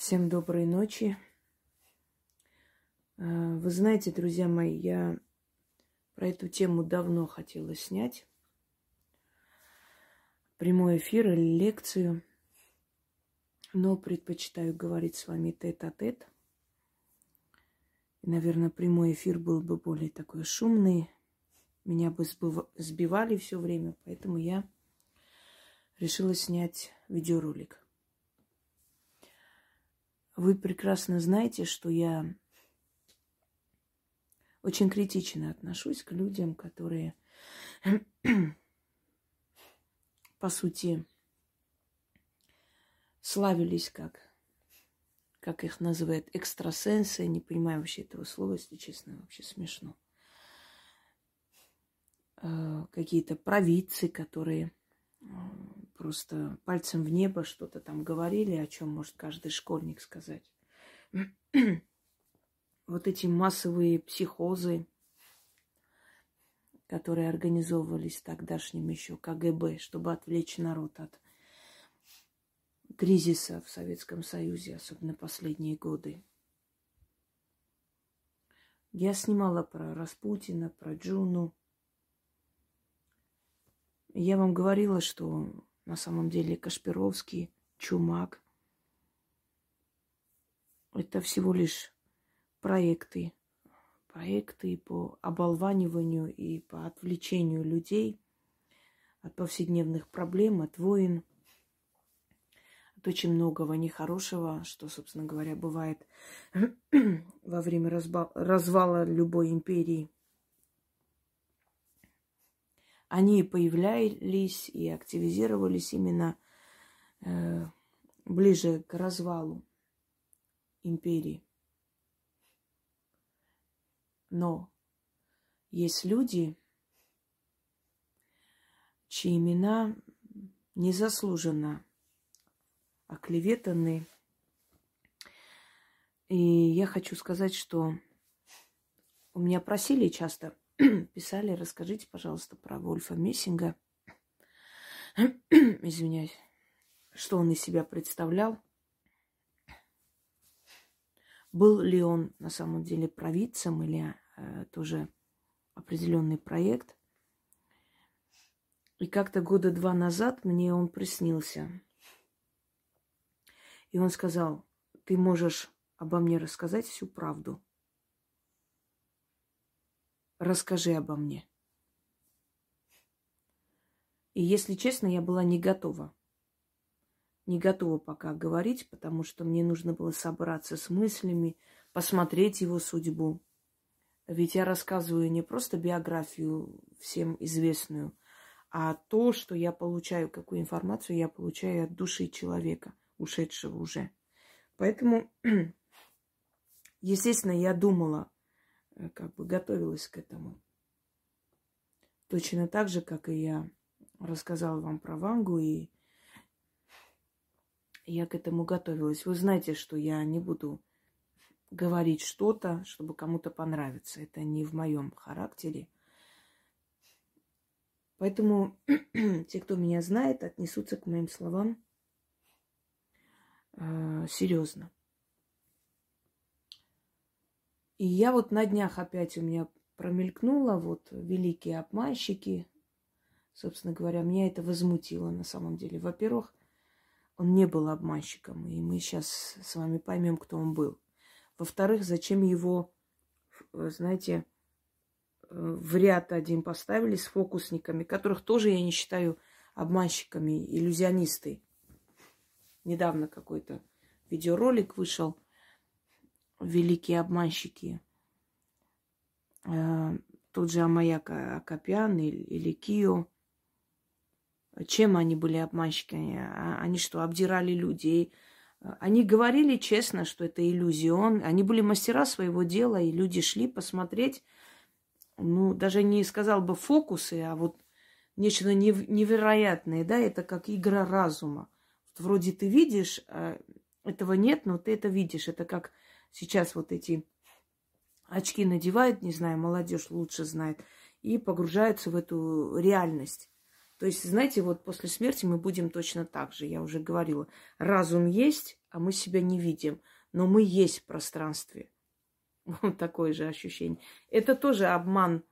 Всем доброй ночи. Вы знаете, друзья мои, я про эту тему давно хотела снять. Прямой эфир или лекцию. Но предпочитаю говорить с вами тет-а-тет. И, наверное, прямой эфир был бы более такой шумный. Меня бы сбивали все время, поэтому я решила снять видеоролик. Вы прекрасно знаете, что я очень критично отношусь к людям, которые, по сути, славились как их называют, экстрасенсы. Не понимаю вообще этого слова, если честно, вообще смешно. Какие-то провидцы, которые просто пальцем в небо что-то там говорили, о чем может каждый школьник сказать. Вот эти массовые психозы, которые организовывались тогдашним еще КГБ, чтобы отвлечь народ от кризиса в Советском Союзе, особенно последние годы. Я снимала про Распутина, про Джуну. Я вам говорила, что на самом деле Кашпировский, Чумак – это всего лишь проекты по оболваниванию и по отвлечению людей от повседневных проблем, от войн, от очень многого нехорошего, что, собственно говоря, бывает во время развала любой империи. Они появлялись и активизировались именно ближе к развалу империи. Но есть люди, чьи имена незаслуженно оклеветаны. И я хочу сказать, что у меня просили часто, писали, расскажите, пожалуйста, про Вольфа Мессинга. Извиняюсь, что он из себя представлял. Был ли он на самом деле провидцем или тоже определенный проект. И как-то года 2 назад мне он приснился. И он сказал: ты можешь обо мне рассказать всю правду. Расскажи обо мне. И, если честно, я была не готова. Не готова пока говорить, потому что мне нужно было собраться с мыслями, посмотреть его судьбу. Ведь я рассказываю не просто биографию всем известную, а то, что я получаю, какую информацию я получаю от души человека, ушедшего уже. Поэтому, естественно, я думала, готовилась к этому. Точно так же, как и я рассказала вам про Вангу, и я к этому готовилась. Вы знаете, что я не буду говорить что-то, чтобы кому-то понравиться. Это не в моем характере. Поэтому те, кто меня знает, отнесутся к моим словам серьезно. И я вот на днях опять у меня промелькнуло вот великие обманщики. Собственно говоря, меня это возмутило на самом деле. Во-первых, он не был обманщиком, и мы сейчас с вами поймем, кто он был. Во-вторых, зачем его, знаете, в ряд один поставили с фокусниками, которых тоже я не считаю обманщиками, иллюзионисты. Недавно какой-то видеоролик вышел «Великие обманщики». Тот же Амаяк Акопян или Кио. Чем они были обманщиками? Они что, обдирали людей? Они говорили честно, что это иллюзион. Они были мастера своего дела, и люди шли посмотреть, ну, даже не сказал бы фокусы, а вот нечто невероятное, да, это как игра разума. Вроде ты видишь, этого нет, но ты это видишь. Это как сейчас вот эти очки надевают, не знаю, молодежь лучше знает, и погружаются в эту реальность. То есть, знаете, вот после смерти мы будем точно так же. Я уже говорила, разум есть, а мы себя не видим. Но мы есть в пространстве. Вот такое же ощущение. Это тоже обман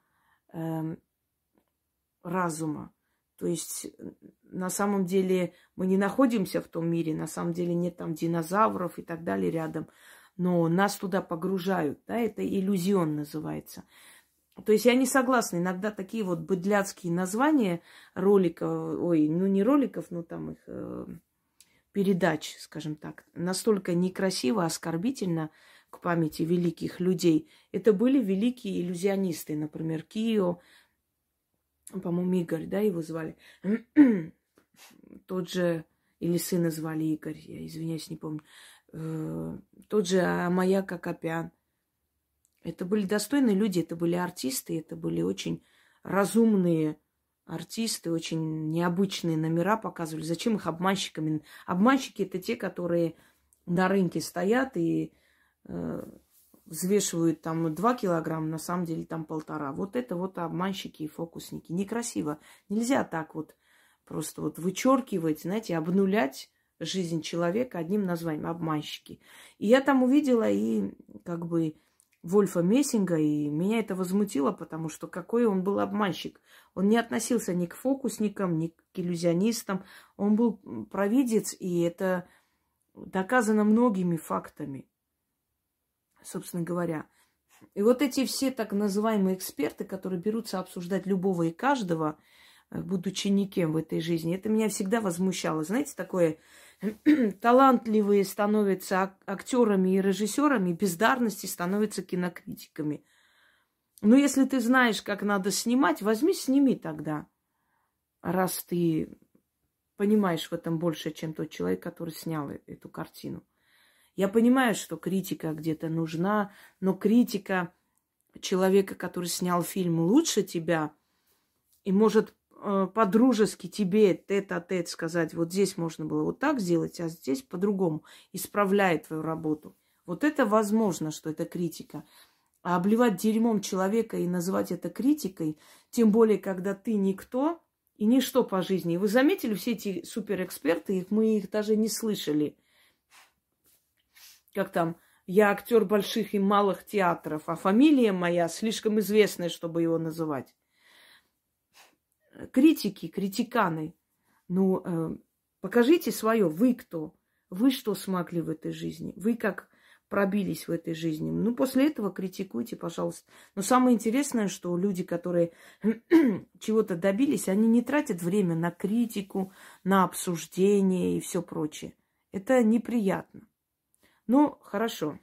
разума. То есть на самом деле мы не находимся в том мире, на самом деле нет там динозавров и так далее рядом, но нас туда погружают, да, это иллюзион называется. То есть я не согласна, иногда такие вот быдляцкие названия роликов, ой, ну не роликов, но там их передач, скажем так, настолько некрасиво, оскорбительно к памяти великих людей. Это были великие иллюзионисты, например, Кио, по-моему, Игорь, да, его звали. Тот же, или сына звали Игорь, я извиняюсь, не помню. Тот же Амаяк Акопян. Это были достойные люди, это были артисты, это были очень разумные артисты, очень необычные номера показывали. Зачем их обманщиками? Обманщики – это те, которые на рынке стоят и взвешивают там 2 килограмма, на самом деле там 1,5. Вот это вот обманщики и фокусники. Некрасиво. Нельзя так вот просто вот вычеркивать, знаете, обнулять жизнь человека одним названием – обманщики. И я там увидела и как бы Вольфа Мессинга, и меня это возмутило, потому что какой он был обманщик. Он не относился ни к фокусникам, ни к иллюзионистам. Он был провидец, и это доказано многими фактами, собственно говоря. И вот эти все так называемые эксперты, которые берутся обсуждать любого и каждого, будучи никем в этой жизни, это меня всегда возмущало. Знаете, такое талантливые становятся актерами и режиссерами, бездарности становятся кинокритиками. Но если ты знаешь, как надо снимать, возьми, сними тогда, раз ты понимаешь в этом больше, чем тот человек, который снял эту картину. Я понимаю, что критика где-то нужна, но критика человека, который снял фильм лучше тебя и может по-дружески тебе тет-а-тет сказать, вот здесь можно было вот так сделать, а здесь по-другому, исправляет твою работу. Вот это возможно, что это критика. А обливать дерьмом человека и называть это критикой, тем более, когда ты никто и ничто по жизни. Вы заметили, все эти суперэксперты, мы их даже не слышали. Как там, я актер больших и малых театров, а фамилия моя слишком известная, чтобы его называть. Критики, критиканы, ну, покажите свое, вы кто? Вы что смогли в этой жизни? Вы как пробились в этой жизни? Ну, после этого критикуйте, пожалуйста. Но самое интересное, что люди, которые чего-то добились, они не тратят время на критику, на обсуждение и все прочее. Это неприятно. Ну, хорошо.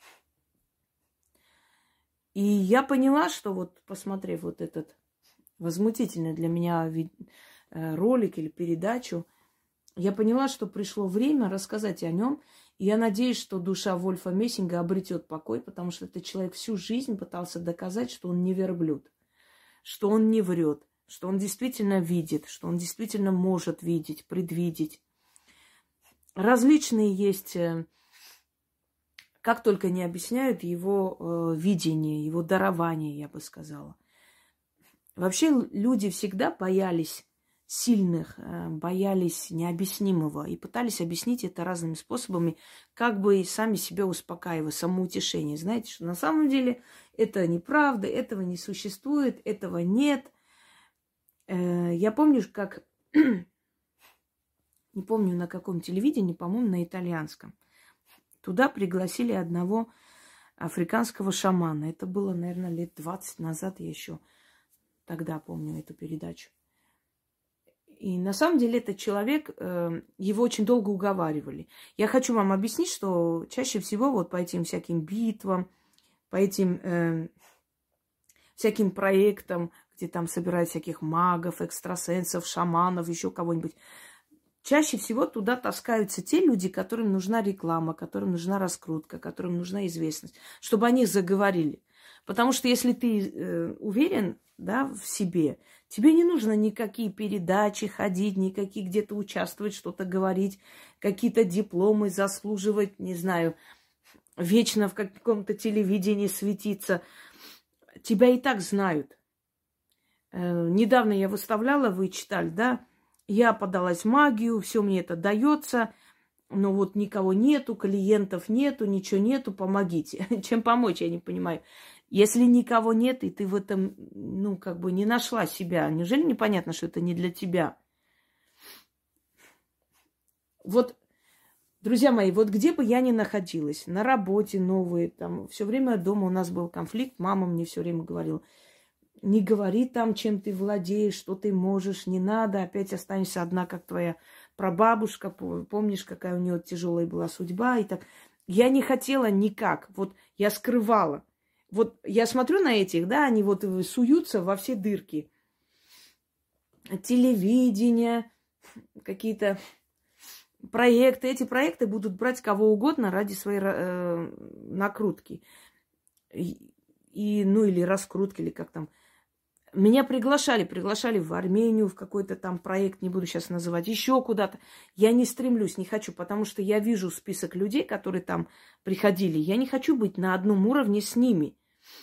И я поняла, что вот, посмотрев вот этот возмутительный для меня ролик или передачу, я поняла, что пришло время рассказать о нем. И я надеюсь, что душа Вольфа Мессинга обретет покой, потому что этот человек всю жизнь пытался доказать, что он не верблюд, что он не врет, что он действительно видит, что он действительно может видеть, предвидеть. Различные есть, как только не объясняют его видение, его дарование, я бы сказала. Вообще люди всегда боялись сильных, боялись необъяснимого и пытались объяснить это разными способами, как бы и сами себя успокаивая, самоутешение. Знаете, что на самом деле это неправда, этого не существует, этого нет. Я помню, как, не помню на каком телевидении, по-моему, на итальянском, туда пригласили одного африканского шамана. Это было, наверное, лет 20 назад, я еще тогда помню эту передачу. И на самом деле этот человек, его очень долго уговаривали. Я хочу вам объяснить, что чаще всего вот по этим всяким битвам, по этим всяким проектам, где там собирают всяких магов, экстрасенсов, шаманов, еще кого-нибудь, чаще всего туда таскаются те люди, которым нужна реклама, которым нужна раскрутка, которым нужна известность, чтобы они заговорили. Потому что если ты уверен, да, в себе, тебе не нужно никакие передачи ходить, никакие где-то участвовать, что-то говорить, какие-то дипломы заслуживать, не знаю, вечно в каком-то телевидении светиться. Тебя и так знают. Недавно я выставляла, вы читали, да, я подалась в магию, все мне это дается. но вот никого нету, клиентов нету, ничего нету, помогите. Чем помочь, я не понимаю. Если никого нет, и ты в этом, ну, как бы не нашла себя, неужели непонятно, что это не для тебя? Вот, друзья мои, вот где бы я ни находилась, на работе новые, там, все время дома у нас был конфликт, мама мне все время говорила, не говори там, чем ты владеешь, что ты можешь, не надо, опять останешься одна, как твоя прабабушка, помнишь, какая у нее тяжелая была судьба и так. Я не хотела никак, вот я скрывала. Вот я смотрю на этих, да, они вот суются во все дырки. Телевидение, какие-то проекты. Эти проекты будут брать кого угодно ради своей накрутки. Ну, или раскрутки, или как там. Меня приглашали в Армению, в какой-то там проект, не буду сейчас называть, еще куда-то. Я не стремлюсь, не хочу, потому что я вижу список людей, которые там приходили. Я не хочу быть на одном уровне с ними.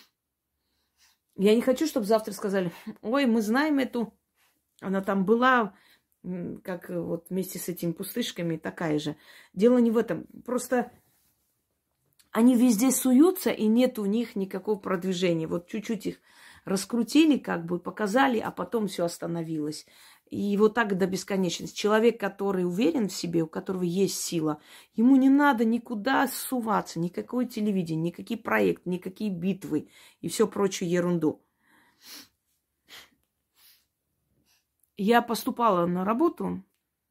Я не хочу, чтобы завтра сказали, ой, мы знаем эту, она там была, как вот вместе с этими пустышками, такая же. Дело не в этом, просто они везде суются, и нет у них никакого продвижения. Вот чуть-чуть их раскрутили, как бы показали, а потом все остановилось. И вот так до бесконечности. Человек, который уверен в себе, у которого есть сила, ему не надо никуда ссуваться, никакое телевидение, никакие проекты, никакие битвы и все прочую ерунду. Я поступала на работу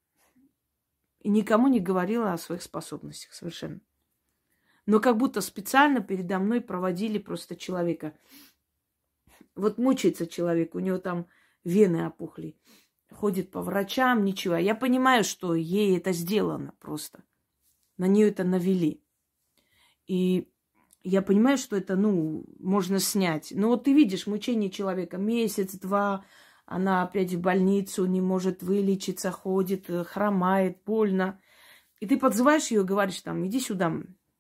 и никому не говорила о своих способностях совершенно. Но как будто специально передо мной проводили просто человека. Вот мучается человек, у него там вены опухли. Ходит по врачам, ничего. Я понимаю, что ей это сделано просто. На нее это навели. И я понимаю, что это, ну, можно снять. Но вот ты видишь мучение человека месяц-два, она опять в больницу, не может вылечиться, ходит, хромает, больно. И ты подзываешь ее, говоришь там, иди сюда,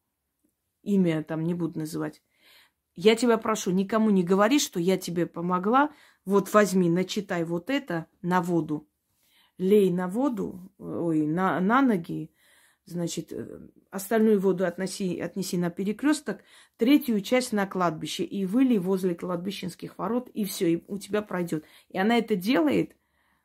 имя там не буду называть. Я тебя прошу, никому не говори, что я тебе помогла. Вот возьми, начитай вот это на воду. Лей на воду, на ноги. Значит, остальную воду отнеси на перекресток, третью часть на кладбище. И вылей возле кладбищенских ворот, и все, и у тебя пройдет. И она это делает.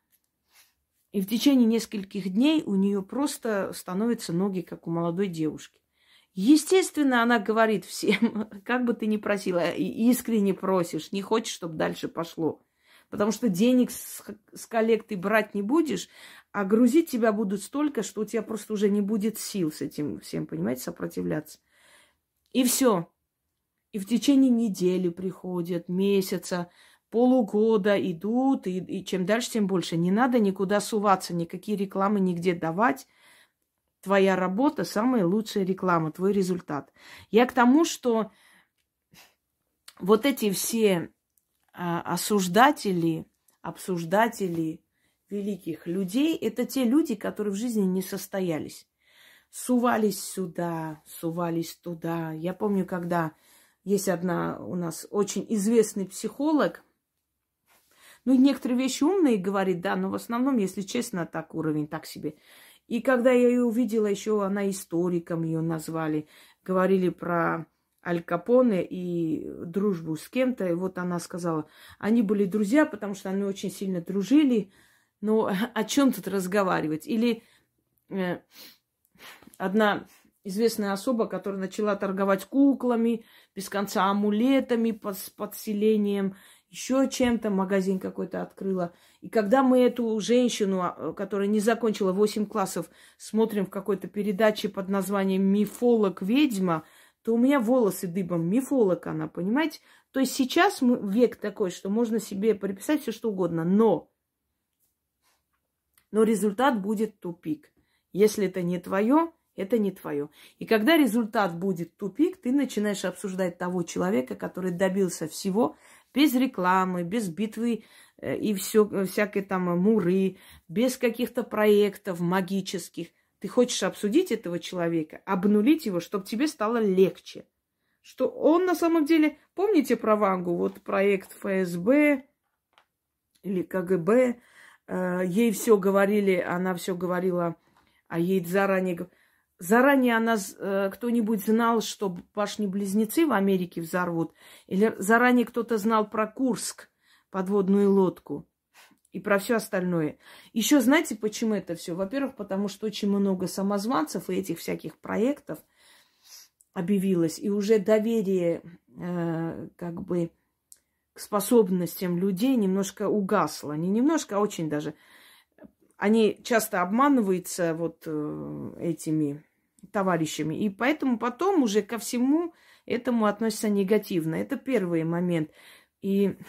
И в течение нескольких дней у нее просто становятся ноги, как у молодой девушки. Естественно, она говорит всем, как бы ты ни просила, искренне просишь, не хочешь, чтобы дальше пошло. Потому что денег с коллекты брать не будешь, а грузить тебя будут столько, что у тебя просто уже не будет сил с этим всем, понимаете, сопротивляться. И все. И в течение недели приходят, месяца, полугода идут, и чем дальше, тем больше. Не надо никуда суваться, никакие рекламы нигде давать. Твоя работа – самая лучшая реклама, твой результат. Я к тому, что вот эти все осуждатели, обсуждатели великих людей – это те люди, которые в жизни не состоялись. Сувались сюда, сувались туда. Я помню, когда есть одна у нас очень известный психолог, ну, некоторые вещи умные говорит, да, но в основном, если честно, так уровень, так себе. И когда я ее увидела, еще она историком ее назвали, говорили про Аль Капоне и дружбу с кем-то. И вот она сказала, они были друзья, потому что они очень сильно дружили, но о чем тут разговаривать? Или одна известная особа, которая начала торговать куклами, без конца амулетами, подселением, еще чем-то, магазин какой-то открыла. И когда мы эту женщину, которая не закончила 8 классов, смотрим в какой-то передаче под названием «Мифолог-ведьма», то у меня волосы дыбом. Мифолог она, понимаете? То есть сейчас век такой, что можно себе приписать все что угодно, но результат будет тупик. Если это не твое, это не твое. И когда результат будет тупик, ты начинаешь обсуждать того человека, который добился всего, без рекламы, без битвы и всякой там муры, без каких-то проектов магических. Ты хочешь обсудить этого человека, обнулить его, чтобы тебе стало легче. Что он на самом деле... Помните про Вангу? Вот проект ФСБ или КГБ. Ей все говорили, она все говорила, а ей заранее... заранее кто-нибудь знал, что башни-близнецы в Америке взорвут? Или заранее кто-то знал про Курск, подводную лодку и про все остальное? Еще знаете, почему это все? Во-первых, потому что очень много самозванцев и этих всяких проектов объявилось, и уже доверие как бы к способностям людей немножко угасло. Не немножко, а очень даже. Они часто обманываются вот этими товарищами. И поэтому потом уже ко всему этому относятся негативно. Это первый момент. И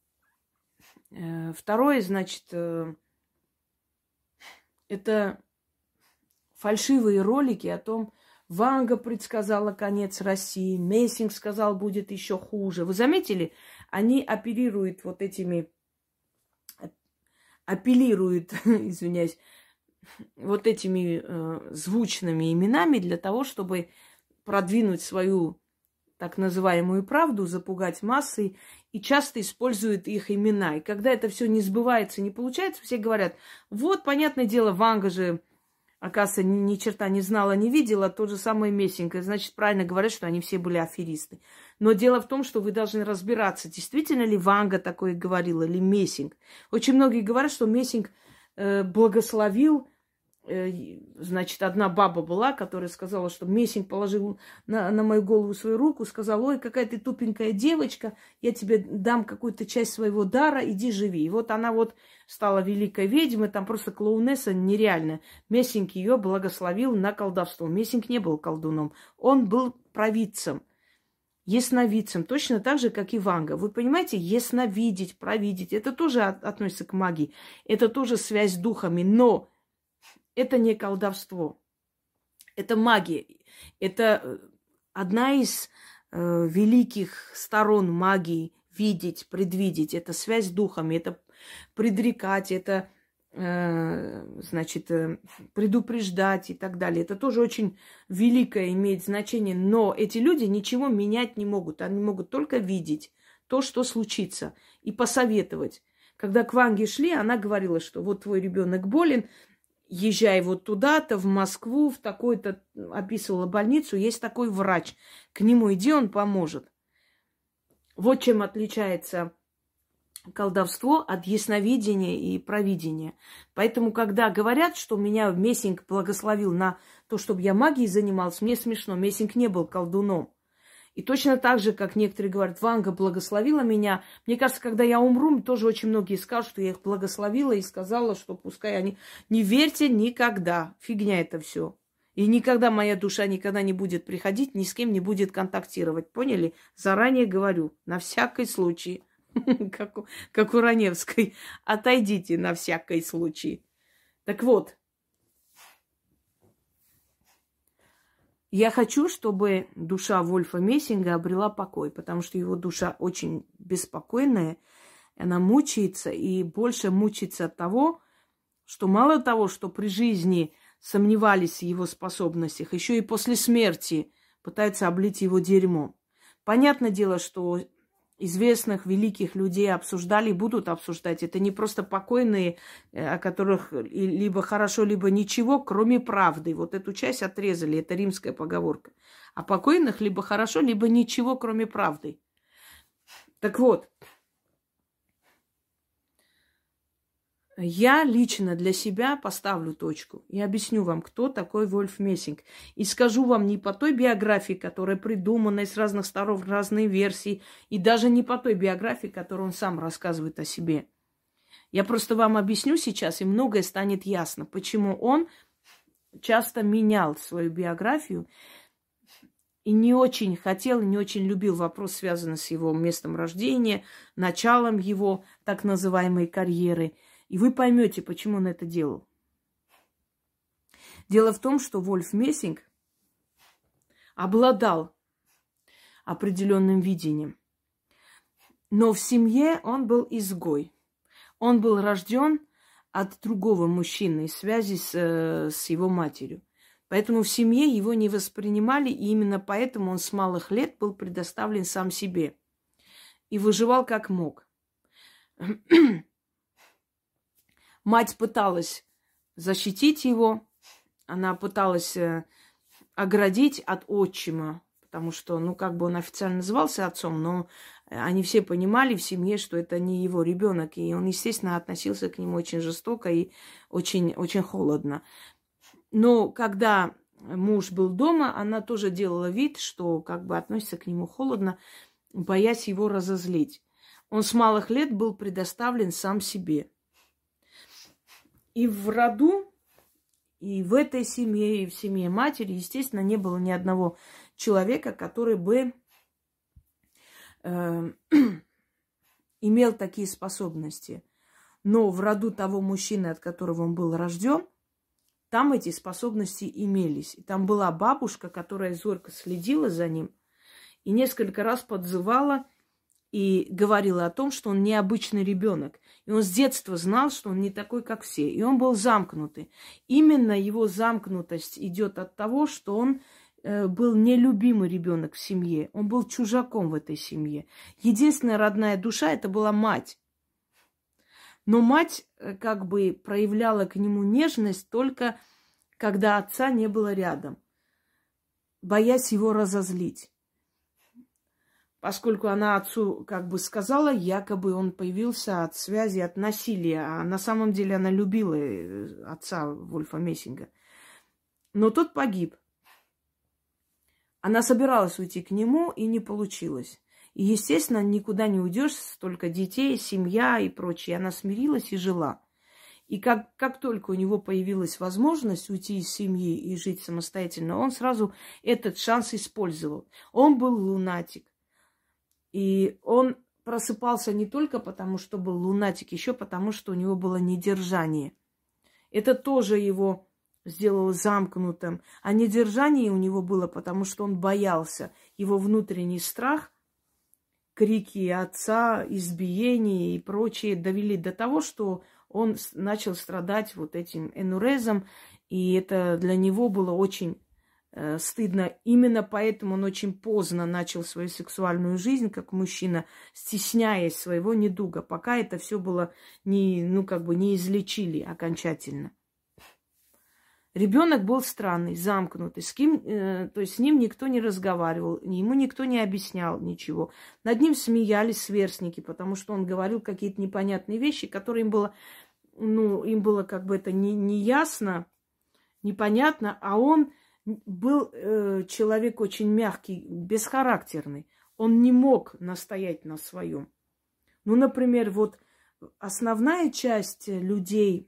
второе, значит, это фальшивые ролики о том, Ванга предсказала конец России, Мессинг сказал, будет еще хуже. Вы заметили? Они апеллируют, извиняюсь, вот этими звучными именами для того, чтобы продвинуть свою так называемую правду, запугать массы, и часто используют их имена. И когда это все не сбывается, не получается, все говорят, вот, понятное дело, Ванга же, оказывается, ни черта не знала, не видела, тот же самый Мессинг. Значит, правильно говорят, что они все были аферисты. Но дело в том, что вы должны разбираться, действительно ли Ванга такое говорила, или Мессинг. Очень многие говорят, что Мессинг благословил. Значит, одна баба была, которая сказала, что Мессинг положил на мою голову свою руку, сказал, ой, какая ты тупенькая девочка, я тебе дам какую-то часть своего дара, иди живи. И вот она вот стала великой ведьмой, там просто клоунесса нереальная. Мессинг ее благословил на колдовство. Мессинг не был колдуном, он был провидцем, ясновидцем, точно так же, как и Ванга. Вы понимаете, ясновидеть, провидеть, это тоже относится к магии, это тоже связь с духами, но это не колдовство, это магия. Это одна из великих сторон магии – видеть, предвидеть. Это связь с духами, это предрекать, это, значит, предупреждать и так далее. Это тоже очень великое имеет значение. Но эти люди ничего менять не могут. Они могут только видеть то, что случится, и посоветовать. Когда к Ванге шли, она говорила, что вот твой ребенок болен, езжай вот туда-то, в Москву, в такой-то, описывала больницу, есть такой врач. К нему иди, он поможет. Вот чем отличается колдовство от ясновидения и провидения. Поэтому, когда говорят, что меня Мессинг благословил на то, чтобы я магией занимался, мне смешно. Мессинг не был колдуном. И точно так же, как некоторые говорят, Ванга благословила меня. Мне кажется, когда я умру, тоже очень многие скажут, что я их благословила и сказала, что пускай они... Не верьте никогда. Фигня это все. И никогда моя душа никогда не будет приходить, ни с кем не будет контактировать. Поняли? Заранее говорю. На всякий случай. Как у Раневской. Отойдите на всякий случай. Так вот. Я хочу, чтобы душа Вольфа Мессинга обрела покой, потому что его душа очень беспокойная, она мучается и больше мучается от того, что мало того, что при жизни сомневались в его способностях, еще и после смерти пытаются облить его дерьмом. Понятное дело, что известных великих людей обсуждали и будут обсуждать. Это не просто покойные, о которых либо хорошо, либо ничего, кроме правды. Вот эту часть отрезали, это римская поговорка. А покойных либо хорошо, либо ничего, кроме правды. Так вот, я лично для себя поставлю точку и объясню вам, кто такой Вольф Мессинг. И скажу вам не по той биографии, которая придумана из разных сторон, разные версии, и даже не по той биографии, которую он сам рассказывает о себе. Я просто вам объясню сейчас, и многое станет ясно, почему он часто менял свою биографию и не очень хотел, не очень любил вопрос, связанный с его местом рождения, началом его так называемой карьеры. И вы поймете, почему он это делал. Дело в том, что Вольф Мессинг обладал определенным видением. Но в семье он был изгой. Он был рожден от другого мужчины, в связи с его матерью. Поэтому в семье его не воспринимали, и именно поэтому он с малых лет был предоставлен сам себе. И выживал как мог. Мать пыталась защитить его, она пыталась оградить от отчима. Потому что, ну, как бы он официально назывался отцом, но они все понимали в семье, что это не его ребенок. И он, естественно, относился к нему очень жестоко и очень, очень холодно. Но когда муж был дома, она тоже делала вид, что как бы относится к нему холодно, боясь его разозлить. Он с малых лет был предоставлен сам себе. И в роду, и в этой семье, и в семье матери, естественно, не было ни одного человека, который бы имел такие способности. Но в роду того мужчины, от которого он был рожден, там эти способности имелись. И там была бабушка, которая зорко следила за ним и несколько раз подзывала и говорила о том, что он необычный ребенок. И он с детства знал, что он не такой, как все. И он был замкнутый. Именно его замкнутость идет от того, что он был нелюбимый ребенок в семье. Он был чужаком в этой семье. Единственная родная душа – это была мать. Но мать как бы проявляла к нему нежность только когда отца не было рядом, боясь его разозлить. Поскольку она отцу как бы сказала, якобы он появился от связи, от насилия. А на самом деле она любила отца Вольфа Мессинга. Но тот погиб. Она собиралась уйти к нему, и не получилось. И, естественно, никуда не уйдешь, столько детей, семья и прочее. Она смирилась и жила. И как только у него появилась возможность уйти из семьи и жить самостоятельно, он сразу этот шанс использовал. Он был лунатик. И он просыпался не только потому, что был лунатик, еще потому, что у него было недержание. Это тоже его сделало замкнутым. А недержание у него было, потому что он боялся. Его внутренний страх, крики отца, избиения и прочее довели до того, что он начал страдать вот этим энурезом. И это для него было очень стыдно. Именно поэтому он очень поздно начал свою сексуальную жизнь как мужчина, стесняясь своего недуга, пока это все было не излечили окончательно. Ребенок был странный, замкнутый, то есть с ним никто не разговаривал, ему никто не объяснял ничего. Над ним смеялись сверстники, потому что он говорил какие-то непонятные вещи, которые им было как бы это неясно, непонятно, а он был человек очень мягкий, бесхарактерный. Он не мог настоять на своем. Ну, например, вот основная часть людей,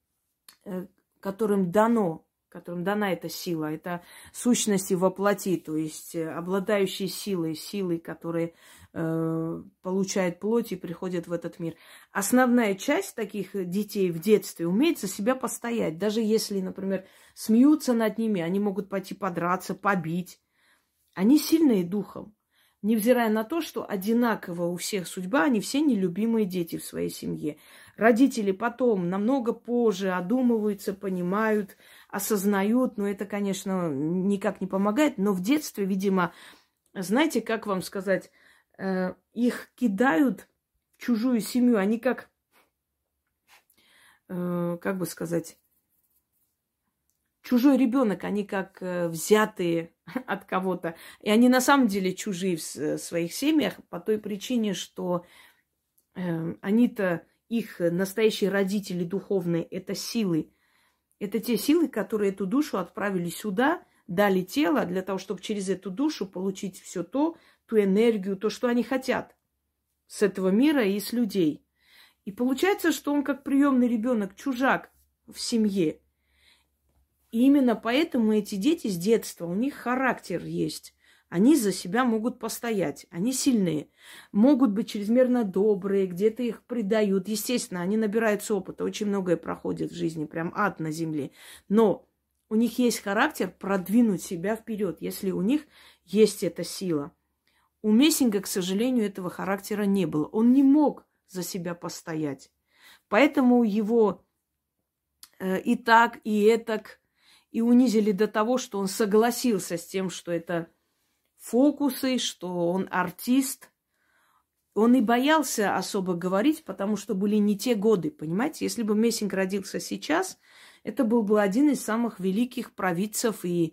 которым дана эта сила, это сущности во плоти, то есть обладающие силой, которые получают плоть и приходят в этот мир. Основная часть таких детей в детстве умеет за себя постоять. Даже если, например, смеются над ними, они могут пойти подраться, побить. Они сильные духом. Невзирая на то, что одинаково у всех судьба, они все нелюбимые дети в своей семье. Родители потом, намного позже одумываются, понимают, осознают. Но это, конечно, никак не помогает. Но в детстве, видимо, знаете, как вам сказать, их кидают в чужую семью. Они как бы сказать, чужой ребенок, они как взятые от кого-то. И они на самом деле чужие в своих семьях по той причине, что они-то, их настоящие родители духовные, это силы. Это те силы, которые эту душу отправили сюда, дали тело для того, чтобы через эту душу получить все то, ту энергию, то, что они хотят с этого мира и с людей. И получается, что он как приемный ребенок, чужак в семье. И именно поэтому эти дети с детства, у них характер есть. Они за себя могут постоять, они сильные. Могут быть чрезмерно добрые, где-то их предают. Естественно, они набираются опыта, очень многое проходит в жизни, прям ад на земле. Но у них есть характер продвинуть себя вперед, если у них есть эта сила. У Мессинга, к сожалению, этого характера не было. Он не мог за себя постоять. Поэтому его и так, и этак, и унизили до того, что он согласился с тем, что это фокусы, что он артист. Он и боялся особо говорить, потому что были не те годы, понимаете? Если бы Мессинг родился сейчас, это был бы один из самых великих провидцев и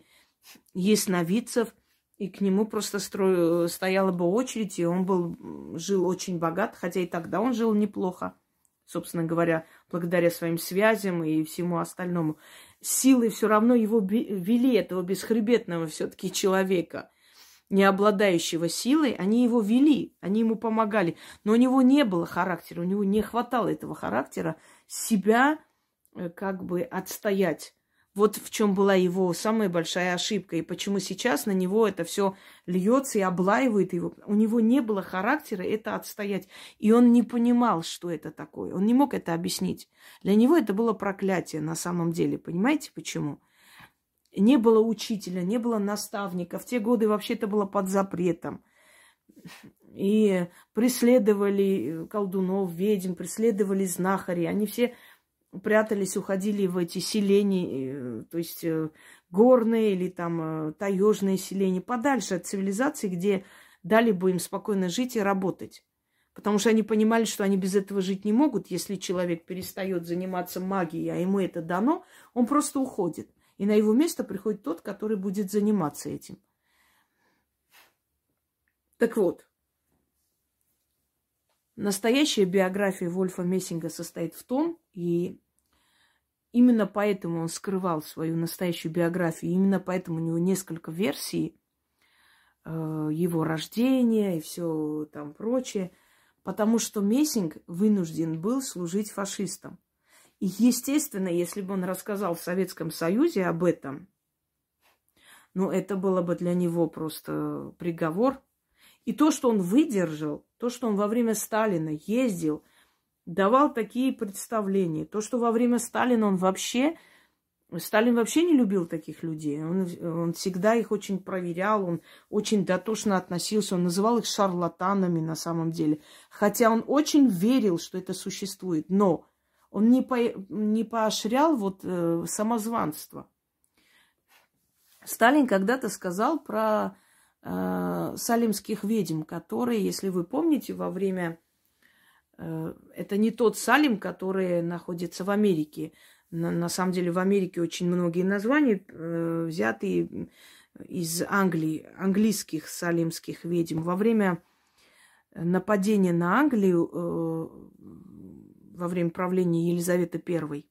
ясновидцев, и к нему просто стояла бы очередь, и он жил очень богат, хотя и тогда он жил неплохо, собственно говоря, благодаря своим связям и всему остальному. Силы все равно его вели, этого бесхребетного все-таки человека, не обладающего силой, они его вели, они ему помогали. Но у него не было характера, у него не хватало этого характера себя как бы отстоять. Вот в чем была его самая большая ошибка. И почему сейчас на него это все льется и облаивает его. У него не было характера это отстоять. И он не понимал, что это такое. Он не мог это объяснить. Для него это было проклятие на самом деле. Понимаете, почему? Не было учителя, не было наставника. В те годы вообще это было под запретом. И преследовали колдунов, ведьм, преследовали знахарей. Они все прятались, уходили в эти селения, то есть горные или там таежные селения, подальше от цивилизации, где дали бы им спокойно жить и работать. Потому что они понимали, что они без этого жить не могут. Если человек перестает заниматься магией, а ему это дано, он просто уходит. И на его место приходит тот, который будет заниматься этим. Так вот, настоящая биография Вольфа Мессинга состоит в том, и именно поэтому он скрывал свою настоящую биографию, именно поэтому у него несколько версий его рождения и все там прочее, потому что Мессинг вынужден был служить фашистам. И, естественно, если бы он рассказал в Советском Союзе об этом, ну, это было бы для него просто приговор. И то, что он выдержал, то, что он во время Сталина ездил, давал такие представления, то, что во время Сталина Сталин вообще не любил таких людей. Он всегда их очень проверял, он очень дотошно относился, он называл их шарлатанами на самом деле. Хотя он очень верил, что это существует, но он не поощрял самозванство. Сталин когда-то сказал про салимских ведьм, которые, если вы помните, во время... Это не тот Салим, который находится в Америке. На самом деле в Америке очень многие названия взяты из Англии, английских салимских ведьм. Во время нападения на Англию, во время правления Елизаветы I,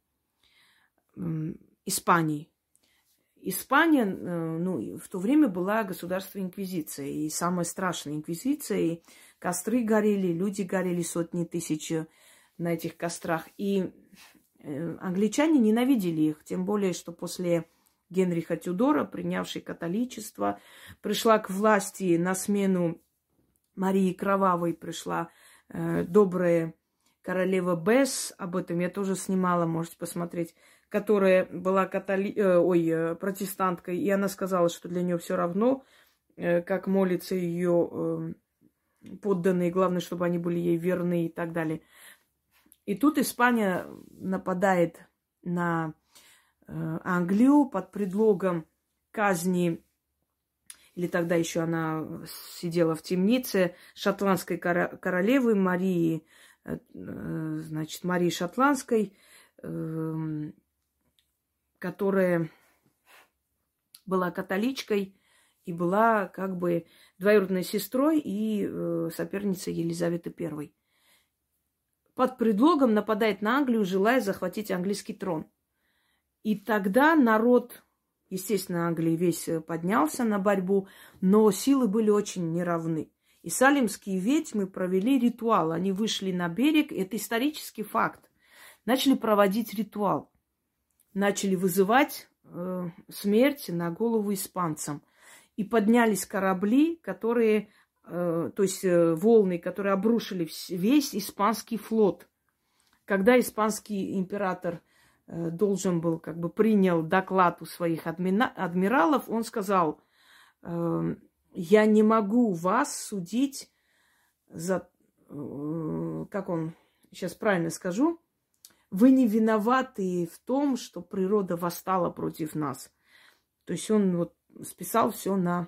Испании. Испания, в то время была государственная инквизиция. И самая страшная инквизиция. И костры горели, люди горели, сотни тысяч на этих кострах. И англичане ненавидели их. Тем более, что после Генриха Тюдора, принявшей католичество, пришла к власти на смену Марии Кровавой, пришла добрая королева Бесс. Об этом я тоже снимала, можете посмотреть, которая была протестанткой, и она сказала, что для нее все равно, как молятся ее подданные, главное, чтобы они были ей верны и так далее. И тут Испания нападает на Англию под предлогом казни, или тогда еще она сидела в темнице, шотландской королевы Марии, Марии Шотландской, которая была католичкой и была как бы двоюродной сестрой и соперницей Елизаветы I. Под предлогом нападает на Англию, желая захватить английский трон. И тогда народ, естественно, Англии весь поднялся на борьбу, но силы были очень неравны. И салимские ведьмы провели ритуал. Они вышли на берег, это исторический факт. Начали проводить ритуал. Начали вызывать смерть на голову испанцам. И поднялись корабли, которые, волны, которые обрушили весь испанский флот. Когда испанский император должен был, принял доклад у своих адмиралов, он сказал: я не могу вас судить за, как он, сейчас правильно скажу, вы не виноваты в том, что природа восстала против нас. То есть он списал все на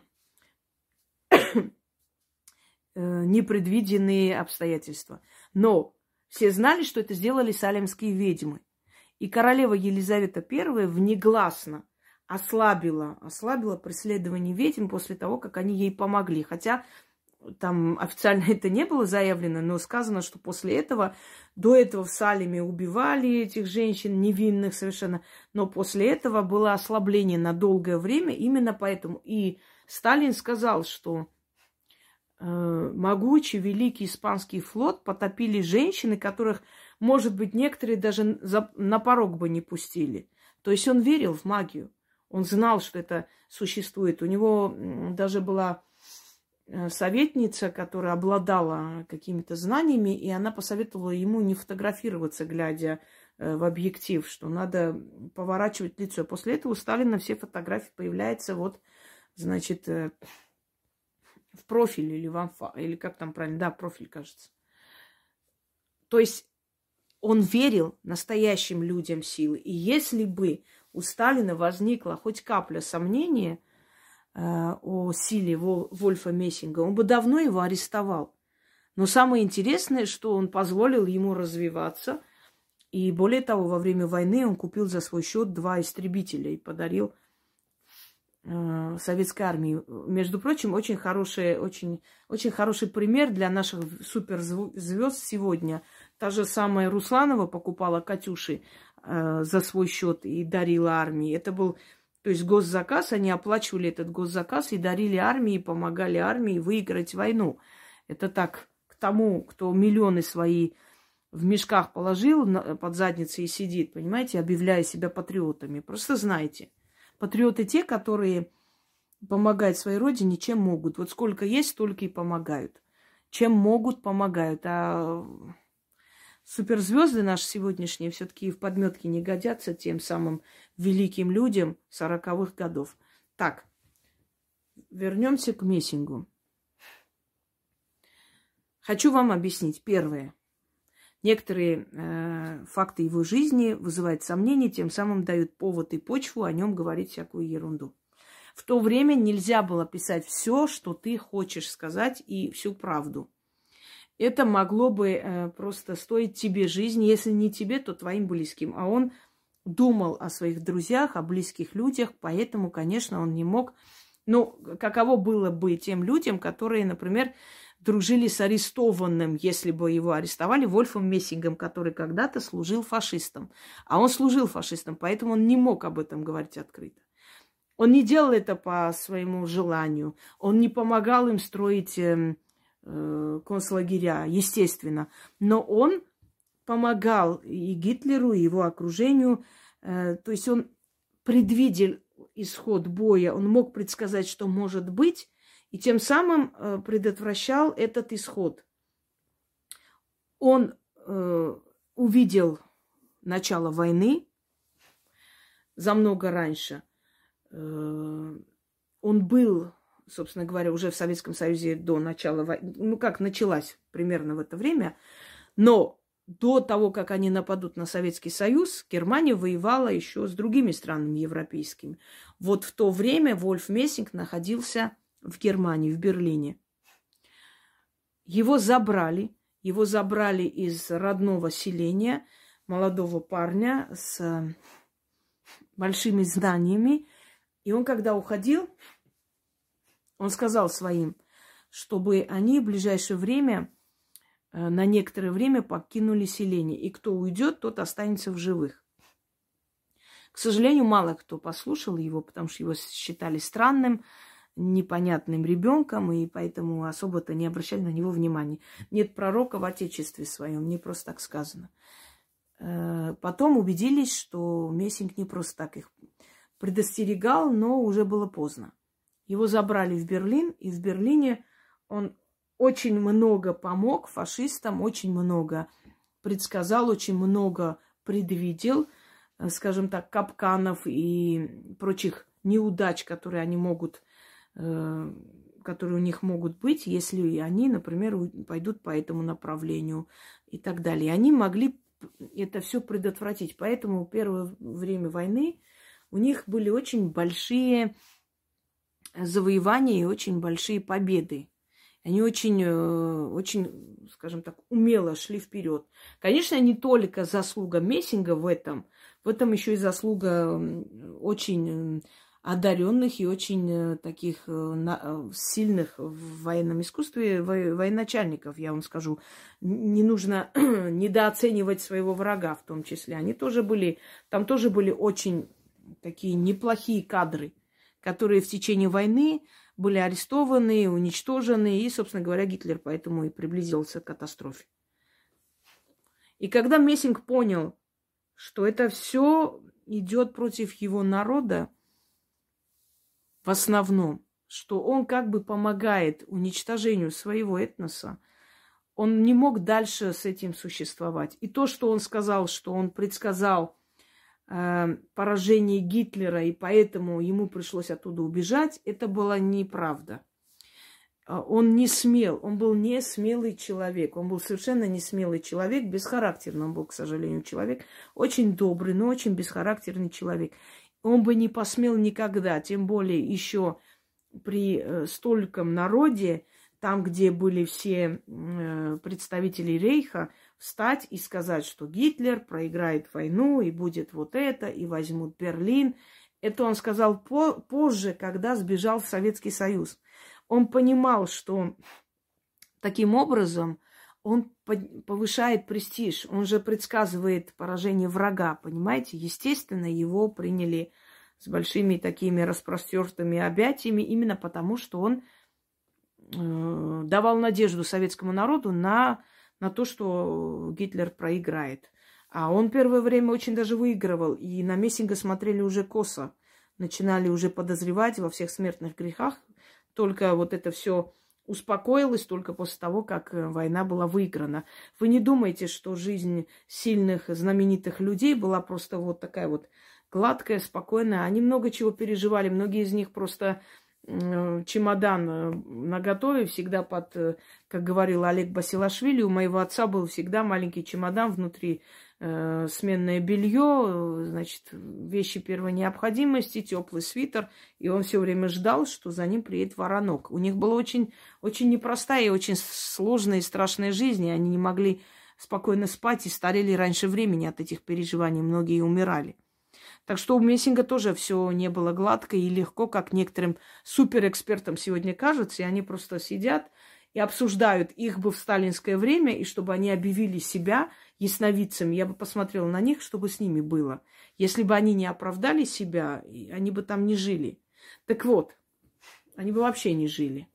непредвиденные обстоятельства. Но все знали, что это сделали салимские ведьмы. И королева Елизавета I внегласно ослабила преследование ведьм после того, как они ей помогли. Хотя там официально это не было заявлено, но сказано, что после этого, до этого в Салеме убивали этих женщин, невинных совершенно, но после этого было ослабление на долгое время, именно поэтому. И Сталин сказал, что могучий, великий испанский флот потопили женщины, которых, может быть, некоторые даже на порог бы не пустили. То есть он верил в магию, он знал, что это существует. У него даже была советница, которая обладала какими-то знаниями, и она посоветовала ему не фотографироваться, глядя в объектив, что надо поворачивать лицо. После этого у Сталина все фотографии появляются вот, значит, в профиле или в амфа, или как там правильно, да, профиль, кажется. То есть он верил настоящим людям силы. И если бы у Сталина возникла хоть капля сомнения о силе Вольфа Мессинга, он бы давно его арестовал. Но самое интересное, что он позволил ему развиваться. И более того, во время войны он купил за свой счет 2 истребителя и подарил советской армии. Между прочим, очень хороший пример для наших суперзвезд сегодня. Та же самая Русланова покупала «Катюши» за свой счет и дарила армии. Это был, то есть, госзаказ. Они оплачивали этот госзаказ и дарили армии, помогали армии выиграть войну. Это так, к тому, кто миллионы свои в мешках положил под задницей и сидит, понимаете, объявляя себя патриотами. Просто знайте. Патриоты те, которые помогают своей родине, чем могут. Вот сколько есть, столько и помогают. Чем могут, помогают. А суперзвезды наши сегодняшние все-таки в подметке не годятся тем самым великим людям 40-х годов. Так, вернемся к Мессингу. Хочу вам объяснить. Первое. Некоторые факты его жизни вызывают сомнения, тем самым дают повод и почву о нем говорить всякую ерунду. В то время нельзя было писать все, что ты хочешь сказать, и всю правду. Это могло бы просто стоить тебе жизни, если не тебе, то твоим близким. А он думал о своих друзьях, о близких людях, поэтому, конечно, он не мог... Ну, каково было бы тем людям, которые, например, дружили с арестованным, если бы его арестовали, Вольфом Мессингом, который когда-то служил фашистом. А он служил фашистом, поэтому он не мог об этом говорить открыто. Он не делал это по своему желанию. Он не помогал им строить концлагеря, естественно. Но он помогал и Гитлеру, и его окружению. То есть он предвидел исход боя. Он мог предсказать, что может быть, и тем самым предотвращал этот исход. Он увидел начало войны замного раньше. Он был, собственно говоря, уже в Советском Союзе до начала войны. Ну, как началась примерно в это время. Но до того, как они нападут на Советский Союз, Германия воевала еще с другими странами европейскими. Вот в то время Вольф Мессинг находился в Германии, в Берлине. Его забрали из родного селения, молодого парня с большими знаниями. И он, когда уходил, он сказал своим, чтобы они в ближайшее время, на некоторое время покинули селение. И кто уйдет, тот останется в живых. К сожалению, мало кто послушал его, потому что его считали странным, непонятным ребенком, и поэтому особо-то не обращали на него внимания. Нет пророка в Отечестве своем, не просто так сказано. Потом убедились, что Мессинг не просто так их предостерегал, но уже было поздно. Его забрали в Берлин, и в Берлине он очень много помог фашистам, очень много предсказал, очень много предвидел, скажем так, капканов и прочих неудач, которые они могут, которые у них могут быть, если они, например, пойдут по этому направлению и так далее. Они могли это все предотвратить. Поэтому в первое время войны у них были очень большие завоевания и очень большие победы. Они очень, скажем так, умело шли вперед. Конечно, не только заслуга Мессинга в этом еще и заслуга очень одаренных и очень таких сильных в военном искусстве военачальников, я вам скажу. Не нужно недооценивать своего врага в том числе. Они тоже были, там тоже были очень такие неплохие кадры, которые в течение войны были арестованы, уничтожены. И, собственно говоря, Гитлер поэтому и приблизился к катастрофе. И когда Мессинг понял, что это все идет против его народа, в основном, что он как бы помогает уничтожению своего этноса, он не мог дальше с этим существовать. И то, что он сказал, что он предсказал поражение Гитлера, и поэтому ему пришлось оттуда убежать, это была неправда. Он не смел, он был не смелый человек, он был совершенно не смелый человек, бесхарактерный он был, к сожалению, человек, очень добрый, но очень бесхарактерный человек. Он бы не посмел никогда, тем более еще при стольком народе, там, где были все представители Рейха, встать и сказать, что Гитлер проиграет войну, и будет вот это, и возьмут Берлин. Это он сказал позже, когда сбежал в Советский Союз. Он понимал, что таким образом он повышает престиж. Он же предсказывает поражение врага, понимаете? Естественно, его приняли с большими такими распростертыми объятиями именно потому, что он давал надежду советскому народу на то, что Гитлер проиграет. А он первое время очень даже выигрывал. И на Мессинга смотрели уже косо. Начинали уже подозревать во всех смертных грехах. Только вот это все успокоилось только после того, как война была выиграна. Вы не думайте, что жизнь сильных, знаменитых людей была просто вот такая вот гладкая, спокойная. Они много чего переживали. Многие из них просто чемодан наготове, всегда под, как говорил Олег Басилашвили, у моего отца был всегда маленький чемодан, внутри сменное белье, значит, вещи первой необходимости, теплый свитер, и он все время ждал, что за ним приедет воронок. У них была очень, очень непростая и очень сложная и страшная жизнь, и они не могли спокойно спать и старели раньше времени от этих переживаний, многие умирали. Так что у Мессинга тоже все не было гладко и легко, как некоторым суперэкспертам сегодня кажется, и они просто сидят и обсуждают их бы в сталинское время, и чтобы они объявили себя ясновидцами, я бы посмотрела на них, чтобы с ними было. Если бы они не оправдали себя, они бы там не жили. Так вот, они бы вообще не жили.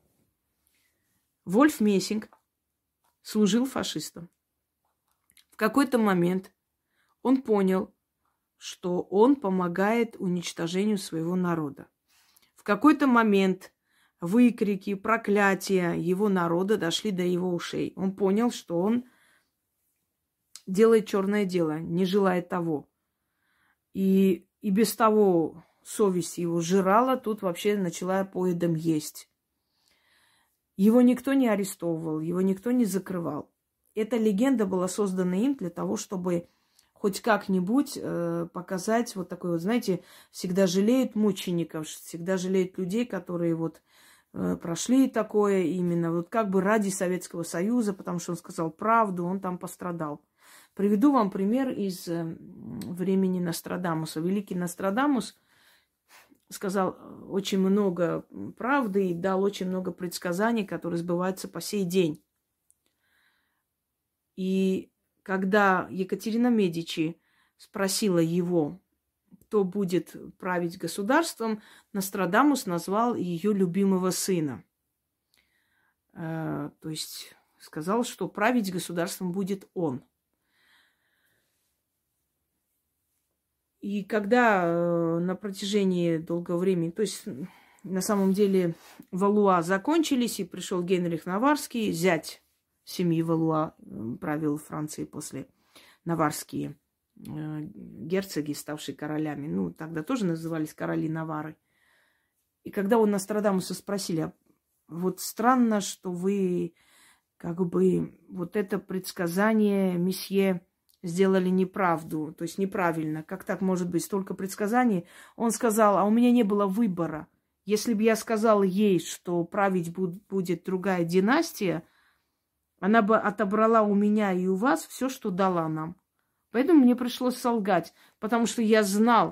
Вольф Мессинг служил фашистам. В какой-то момент он понял, что он помогает уничтожению своего народа. В какой-то момент выкрики, проклятия его народа дошли до его ушей. Он понял, что он делает черное дело, не желает того. И без того совесть его жрала, тут вообще начала поедом есть. Его никто не арестовывал, его никто не закрывал. Эта легенда была создана им для того, чтобы хоть как-нибудь показать вот такой вот, знаете, всегда жалеют мучеников, всегда жалеют людей, которые вот прошли такое именно вот как бы ради Советского Союза, потому что он сказал правду, он там пострадал. Приведу вам пример из времени Нострадамуса. Великий Нострадамус сказал очень много правды и дал очень много предсказаний, которые сбываются по сей день. И когда Екатерина Медичи спросила его, кто будет править государством, Нострадамус назвал ее любимого сына. То есть сказал, что править государством будет он. И когда на протяжении долгого времени, то есть на самом деле Валуа закончились, и пришел Генрих Наварский, зять семьи Валуа, правил Францией после наварские герцоги, ставшие королями. Ну, тогда тоже назывались короли Навары. И когда у Нострадамуса спросили, вот странно, что вы как бы вот это предсказание, месье, сделали неправду, то есть неправильно. Как так может быть столько предсказаний? Он сказал, а у меня не было выбора. Если бы я сказал ей, что править будет другая династия, она бы отобрала у меня и у вас все, что дала нам. Поэтому мне пришлось солгать, потому что я знал,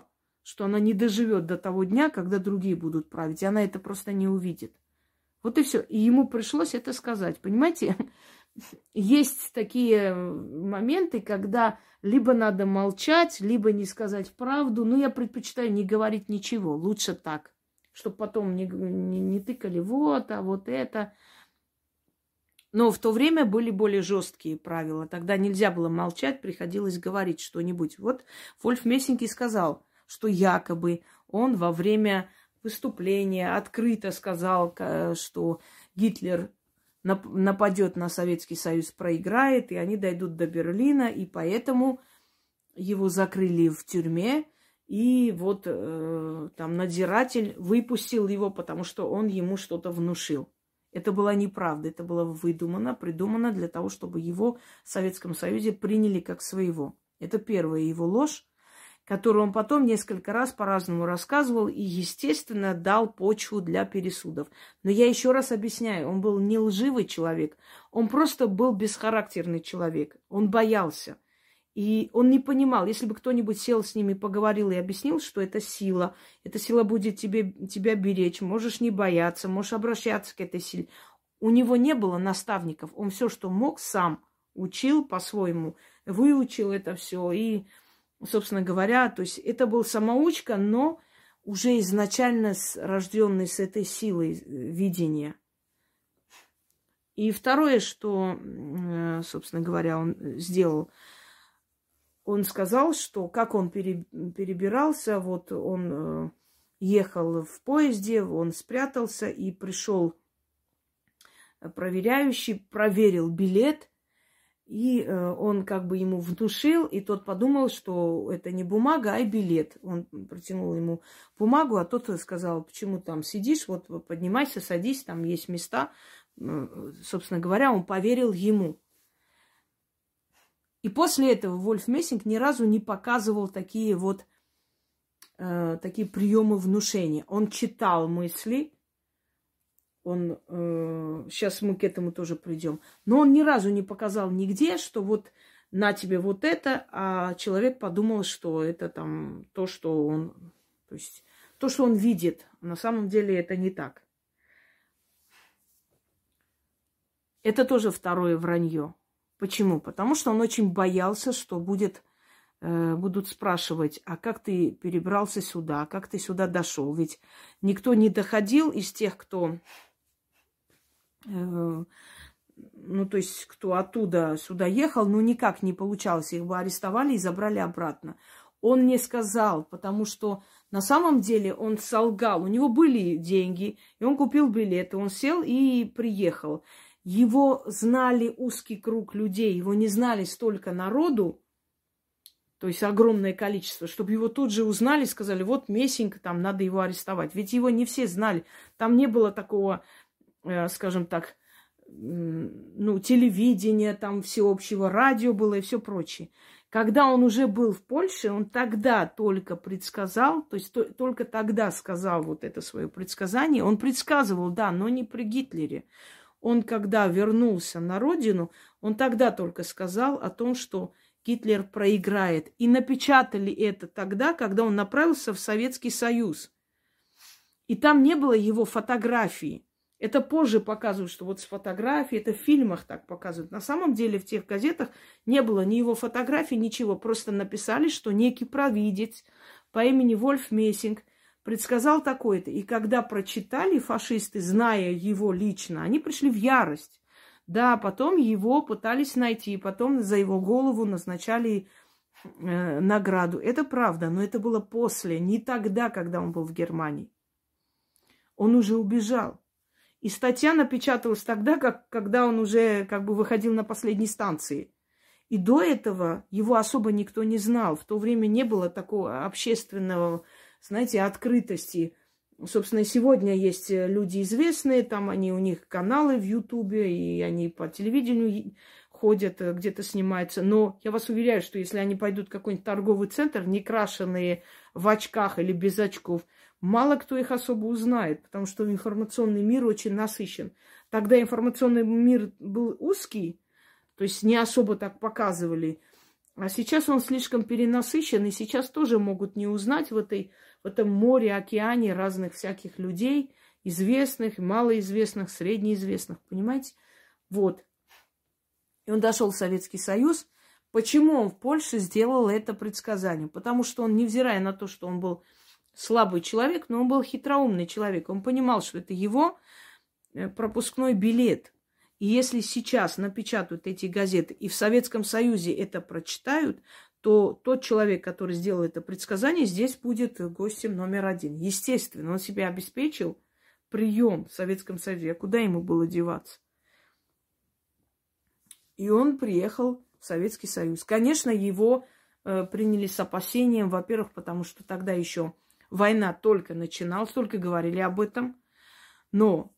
что она не доживет до того дня, когда другие будут править. И она это просто не увидит. Вот и все. И ему пришлось это сказать. Понимаете? Есть такие моменты, когда либо надо молчать, либо не сказать правду. Но я предпочитаю не говорить ничего. Лучше так. Чтобы потом не тыкали вот, а вот это. Но в то время были более жесткие правила. Тогда нельзя было молчать, приходилось говорить что-нибудь. Вот Вольф Мессинг и сказал, что якобы он во время выступления открыто сказал, что Гитлер нападет на Советский Союз, проиграет, и они дойдут до Берлина, и поэтому его закрыли в тюрьме. И вот там надзиратель выпустил его, потому что он ему что-то внушил. Это была неправда, это было выдумано, придумано для того, чтобы его в Советском Союзе приняли как своего. Это первая его ложь, которую он потом несколько раз по-разному рассказывал и, естественно, дал почву для пересудов. Но я еще раз объясняю, он был не лживый человек, он просто был бесхарактерный человек, он боялся. И он не понимал, если бы кто-нибудь сел с ними, поговорил и объяснил, что это сила будет тебя беречь, можешь не бояться, можешь обращаться к этой силе. У него не было наставников, он все, что мог, сам учил по-своему, выучил это все. И, собственно говоря, то есть это был самоучка, но уже изначально рожденный с этой силой видения. И второе, что, собственно говоря, он сделал, он сказал, что как он перебирался, вот он ехал в поезде, он спрятался, и пришел проверяющий, проверил билет, и он как бы ему внушил, и тот подумал, что это не бумага, а билет. Он протянул ему бумагу, а тот сказал, почему там сидишь, вот поднимайся, садись, там есть места. Собственно говоря, он поверил ему. И после этого Вольф Мессинг ни разу не показывал такие такие приемы внушения. Он читал мысли, сейчас мы к этому тоже придем, но он ни разу не показал нигде, что вот на тебе вот это, а человек подумал, что это там то, что он видит. На самом деле это не так. Это тоже второе вранье. Почему? Потому что он очень боялся, что будут спрашивать, а как ты перебрался сюда, как ты сюда дошел? Ведь никто не доходил из тех, кто, то есть кто оттуда сюда ехал, никак не получалось. Их бы арестовали и забрали обратно. Он не сказал, потому что на самом деле он солгал. У него были деньги, и он купил билеты, он сел и приехал. Его знали узкий круг людей, его не знали столько народу, то есть огромное количество, чтобы его тут же узнали, сказали, вот Мессинг, там надо его арестовать. Ведь его не все знали. Там не было такого, скажем так, телевидения, там всеобщего радио было и все прочее. Когда он уже был в Польше, он тогда только предсказал, то есть только тогда сказал вот это свое предсказание. Он предсказывал, да, но не при Гитлере. Он, когда вернулся на родину, он тогда только сказал о том, что Гитлер проиграет. И напечатали это тогда, когда он направился в Советский Союз. И там не было его фотографии. Это позже показывают, что вот с фотографией, это в фильмах так показывают. На самом деле в тех газетах не было ни его фотографий, ничего. Просто написали, что некий провидец по имени Вольф Мессинг предсказал такое-то. И когда прочитали фашисты, зная его лично, они пришли в ярость. Да, потом его пытались найти, потом за его голову назначали награду. Это правда, но это было после, не тогда, когда он был в Германии. Он уже убежал. И статья напечаталась тогда, когда он уже выходил на последней станции. И до этого его особо никто не знал. В то время не было такого общественного, знаете, открытости. Собственно, сегодня есть люди известные, там у них каналы в Ютубе, и они по телевидению ходят, где-то снимаются. Но я вас уверяю, что если они пойдут в какой-нибудь торговый центр, не крашеные в очках или без очков, мало кто их особо узнает, потому что информационный мир очень насыщен. Тогда информационный мир был узкий, то есть не особо так показывали. А сейчас он слишком перенасыщен, и сейчас тоже могут не узнать в этом море, океане разных всяких людей, известных, малоизвестных, среднеизвестных, понимаете? Вот. И он дошел в Советский Союз. Почему он в Польше сделал это предсказание? Потому что он, невзирая на то, что он был слабый человек, но он был хитроумный человек. Он понимал, что это его пропускной билет. И если сейчас напечатают эти газеты и в Советском Союзе это прочитают, то тот человек, который сделал это предсказание, здесь будет гостем номер один. Естественно, он себе обеспечил прием в Советском Союзе. А куда ему было деваться? И он приехал в Советский Союз. Конечно, его приняли с опасением, во-первых, потому что тогда еще война только начиналась, только говорили об этом. Но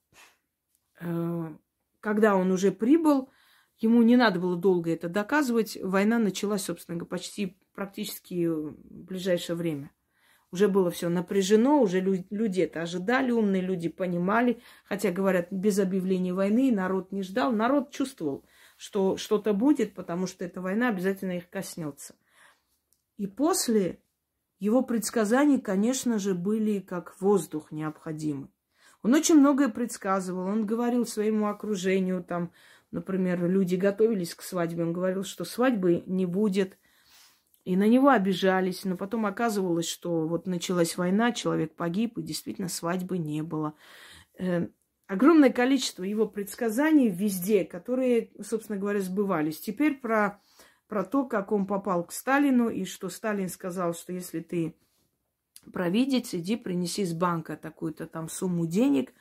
когда он уже прибыл, ему не надо было долго это доказывать. Война началась, собственно говоря, почти практически в ближайшее время. Уже было все напряжено, уже люди это ожидали, умные люди понимали. Хотя, говорят, без объявления войны народ не ждал. Народ чувствовал, что что-то будет, потому что эта война обязательно их коснется. И после его предсказаний, конечно же, были как воздух необходимы. Он очень многое предсказывал. Он говорил своему окружению, там, например, люди готовились к свадьбе. Он говорил, что свадьбы не будет. И на него обижались. Но потом оказывалось, что вот началась война, человек погиб, и действительно свадьбы не было. Огромное количество его предсказаний везде, которые, собственно говоря, сбывались. Теперь про то, как он попал к Сталину, и что Сталин сказал, что если ты провидец, иди принеси с банка такую-то там сумму денег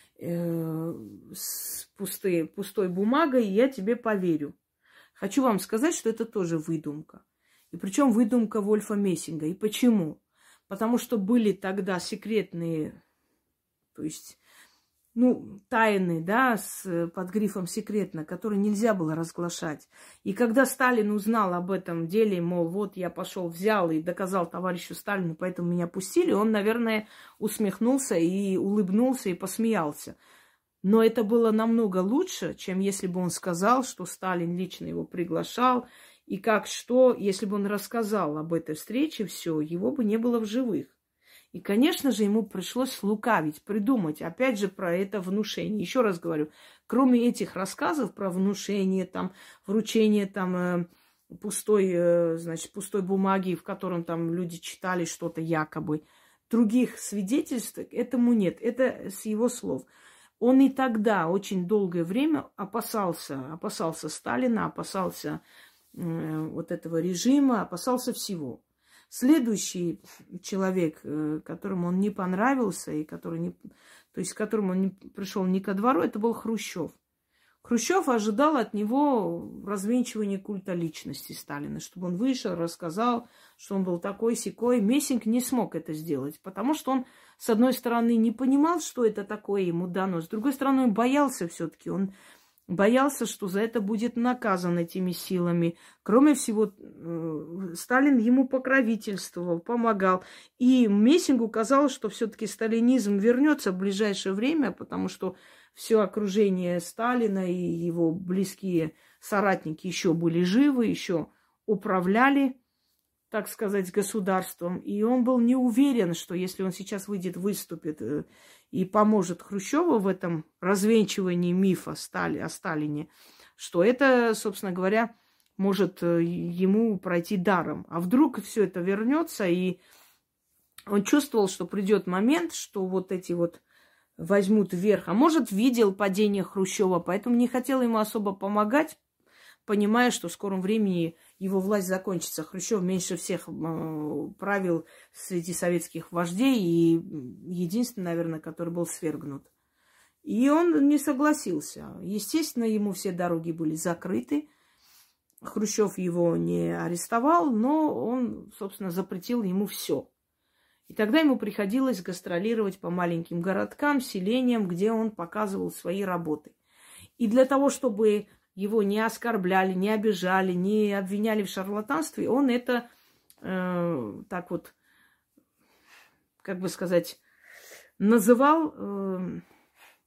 с пустой бумагой, и я тебе поверю. Хочу вам сказать, что это тоже выдумка. И причем выдумка Вольфа Мессинга. И почему? Потому что были тогда секретные, то есть, тайны, да, под грифом «секретно», которые нельзя было разглашать. И когда Сталин узнал об этом деле, мол, вот я пошел, взял и доказал товарищу Сталину, поэтому меня пустили, он, наверное, усмехнулся и улыбнулся и посмеялся. Но это было намного лучше, чем если бы он сказал, что Сталин лично его приглашал, и если бы он рассказал об этой встрече, все, его бы не было в живых. И, конечно же, ему пришлось лукавить, придумать, опять же, про это внушение. Еще раз говорю, кроме этих рассказов про внушение, там, вручение там, пустой бумаги, в котором там люди читали что-то якобы, других свидетельств этому нет. Это с его слов. Он и тогда очень долгое время опасался Сталина, опасался вот этого режима, опасался всего. Следующий человек, которому он не понравился, и которому он не пришел ни ко двору, это был Хрущев. Хрущев ожидал от него развенчивания культа личности Сталина, чтобы он вышел, рассказал, что он был такой-сякой. Мессинг не смог это сделать, потому что он, с одной стороны, не понимал, что это такое ему дано, с другой стороны, он боялся все-таки, он боялся, что за это будет наказан этими силами. Кроме всего, Сталин ему покровительствовал, помогал. И Мессингу казалось, что все-таки сталинизм вернется в ближайшее время, потому что все окружение Сталина и его близкие соратники еще были живы, еще управляли, так сказать, государством. И он был не уверен, что если он сейчас выйдет, выступит и поможет Хрущеву в этом развенчивании мифа о Сталине, что это, собственно говоря, может ему пройти даром. А вдруг все это вернется, и он чувствовал, что придет момент, что вот эти вот возьмут вверх. А может, видел падение Хрущева, поэтому не хотел ему особо помогать, понимая, что в скором времени его власть закончится. Хрущев меньше всех правил среди советских вождей и единственный, наверное, который был свергнут. И он не согласился. Естественно, ему все дороги были закрыты. Хрущев его не арестовал, но он, собственно, запретил ему все. И тогда ему приходилось гастролировать по маленьким городкам, селениям, где он показывал свои работы. И для того, чтобы его не оскорбляли, не обижали, не обвиняли в шарлатанстве, он это так вот, как бы сказать, называл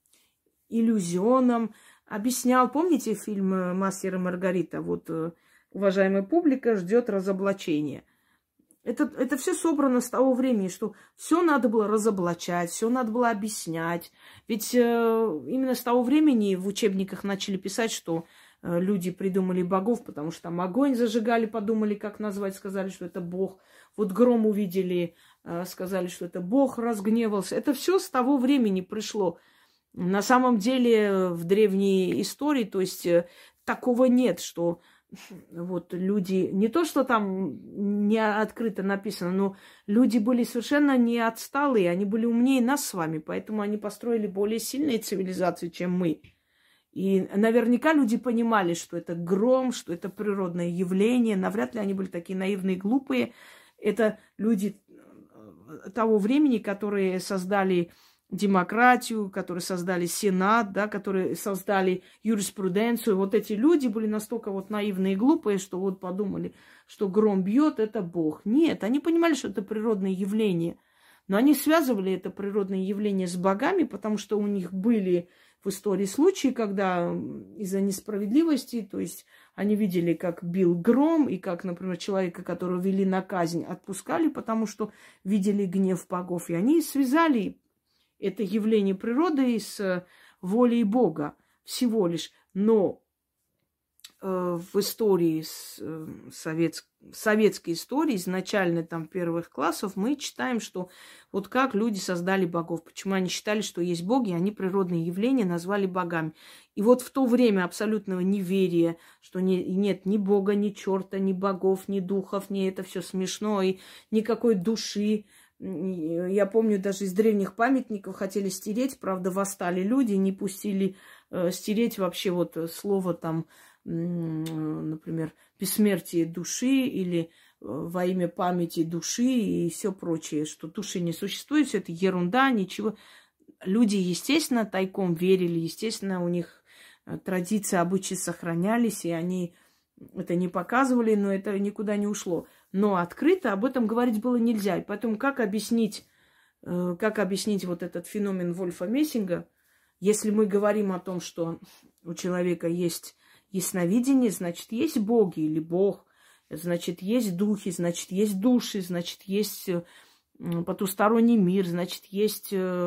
иллюзионом, объяснял. Помните фильм «Мастер и Маргарита»? Вот уважаемая публика, ждет разоблачения. Это все собрано с того времени, что все надо было разоблачать, все надо было объяснять. Ведь именно с того времени в учебниках начали писать, что люди придумали богов, потому что там огонь зажигали, подумали, как назвать, сказали, что это бог. Вот гром увидели, сказали, что это бог разгневался. Это все с того времени пришло. На самом деле в древней истории, то есть такого нет, что вот люди, не то, что там не открыто написано, но люди были совершенно не отсталые, они были умнее нас с вами, поэтому они построили более сильные цивилизации, чем мы. И наверняка люди понимали, что это гром, что это природное явление. Навряд ли они были такие наивные, глупые. Это люди того времени, которые создали демократию, которые создали Сенат, да, которые создали юриспруденцию. Вот эти люди были настолько вот наивные и глупые, что вот подумали, что гром бьет, это Бог. Нет, они понимали, что это природное явление. Но они связывали это природное явление с богами, потому что у них были в истории случаи, когда из-за несправедливости, то есть они видели, как бил гром, и как, например, человека, которого вели на казнь, отпускали, потому что видели гнев богов. И они связали это явление природы с волей Бога всего лишь. Но в истории, советской истории, изначально там первых классов, мы читаем, что вот как люди создали богов. Почему они считали, что есть боги, и они природные явления назвали богами. И вот в то время абсолютного неверия, что нет ни бога, ни черта, ни богов, ни духов, ни это все смешно, и никакой души. Я помню, даже из древних памятников хотели стереть, правда, восстали люди, не пустили стереть вообще вот слово там, например, бессмертие души или во имя памяти души и все прочее, что души не существует, все это ерунда, ничего. Люди, естественно, тайком верили, естественно, у них традиции, обычаи сохранялись, и они это не показывали, но это никуда не ушло. Но открыто об этом говорить было нельзя. И поэтому как объяснить вот этот феномен Вольфа Мессинга, если мы говорим о том, что у человека есть ясновидение, значит, есть боги или бог, значит, есть духи, значит, есть души, значит, есть потусторонний мир, значит, есть,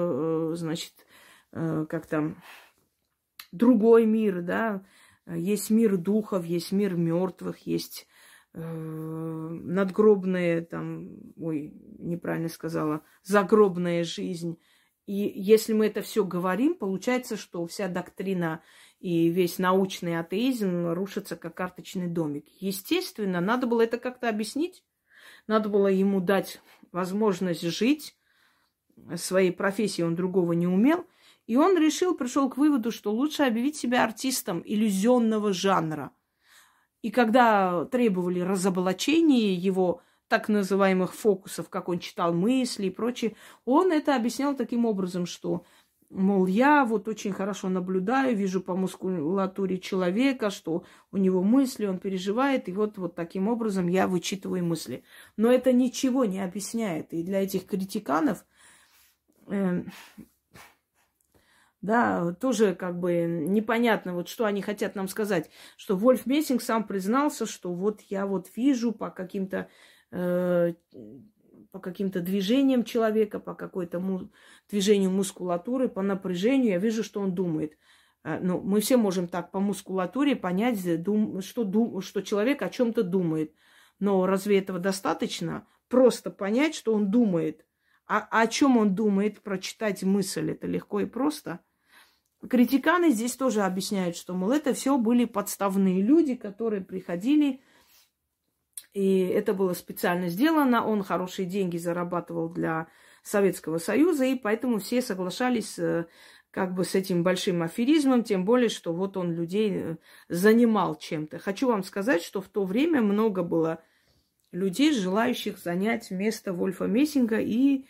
как там, другой мир, да, есть мир духов, есть мир мертвых, есть надгробная, там, неправильно сказала, загробная жизнь. И если мы это все говорим, получается, что вся доктрина и весь научный атеизм рушится как карточный домик. Естественно, надо было это как-то объяснить, надо было ему дать возможность жить своей профессией, он другого не умел. И он пришел к выводу, что лучше объявить себя артистом иллюзионного жанра. И когда требовали разоблачения его так называемых фокусов, как он читал мысли и прочее, он это объяснял таким образом, что, мол, я вот очень хорошо наблюдаю, вижу по мускулатуре человека, что у него мысли, он переживает, и вот таким образом я вычитываю мысли. Но это ничего не объясняет. И для этих критиканов... Да, тоже как бы непонятно, вот что они хотят нам сказать. Что Вольф Мессинг сам признался, что вот я вот вижу по каким-то движениям человека, по какой-то движению мускулатуры, по напряжению, я вижу, что он думает. Ну, мы все можем так по мускулатуре понять, что человек о чем-то думает. Но разве этого достаточно? Просто понять, что он думает. А о чем он думает, прочитать мысль, это легко и просто. Критиканы здесь тоже объясняют, что, мол, это все были подставные люди, которые приходили, и это было специально сделано, он хорошие деньги зарабатывал для Советского Союза, и поэтому все соглашались как бы с этим большим аферизмом, тем более, что вот он людей занимал чем-то. Хочу вам сказать, что в то время много было людей, желающих занять место Вольфа Мессинга и,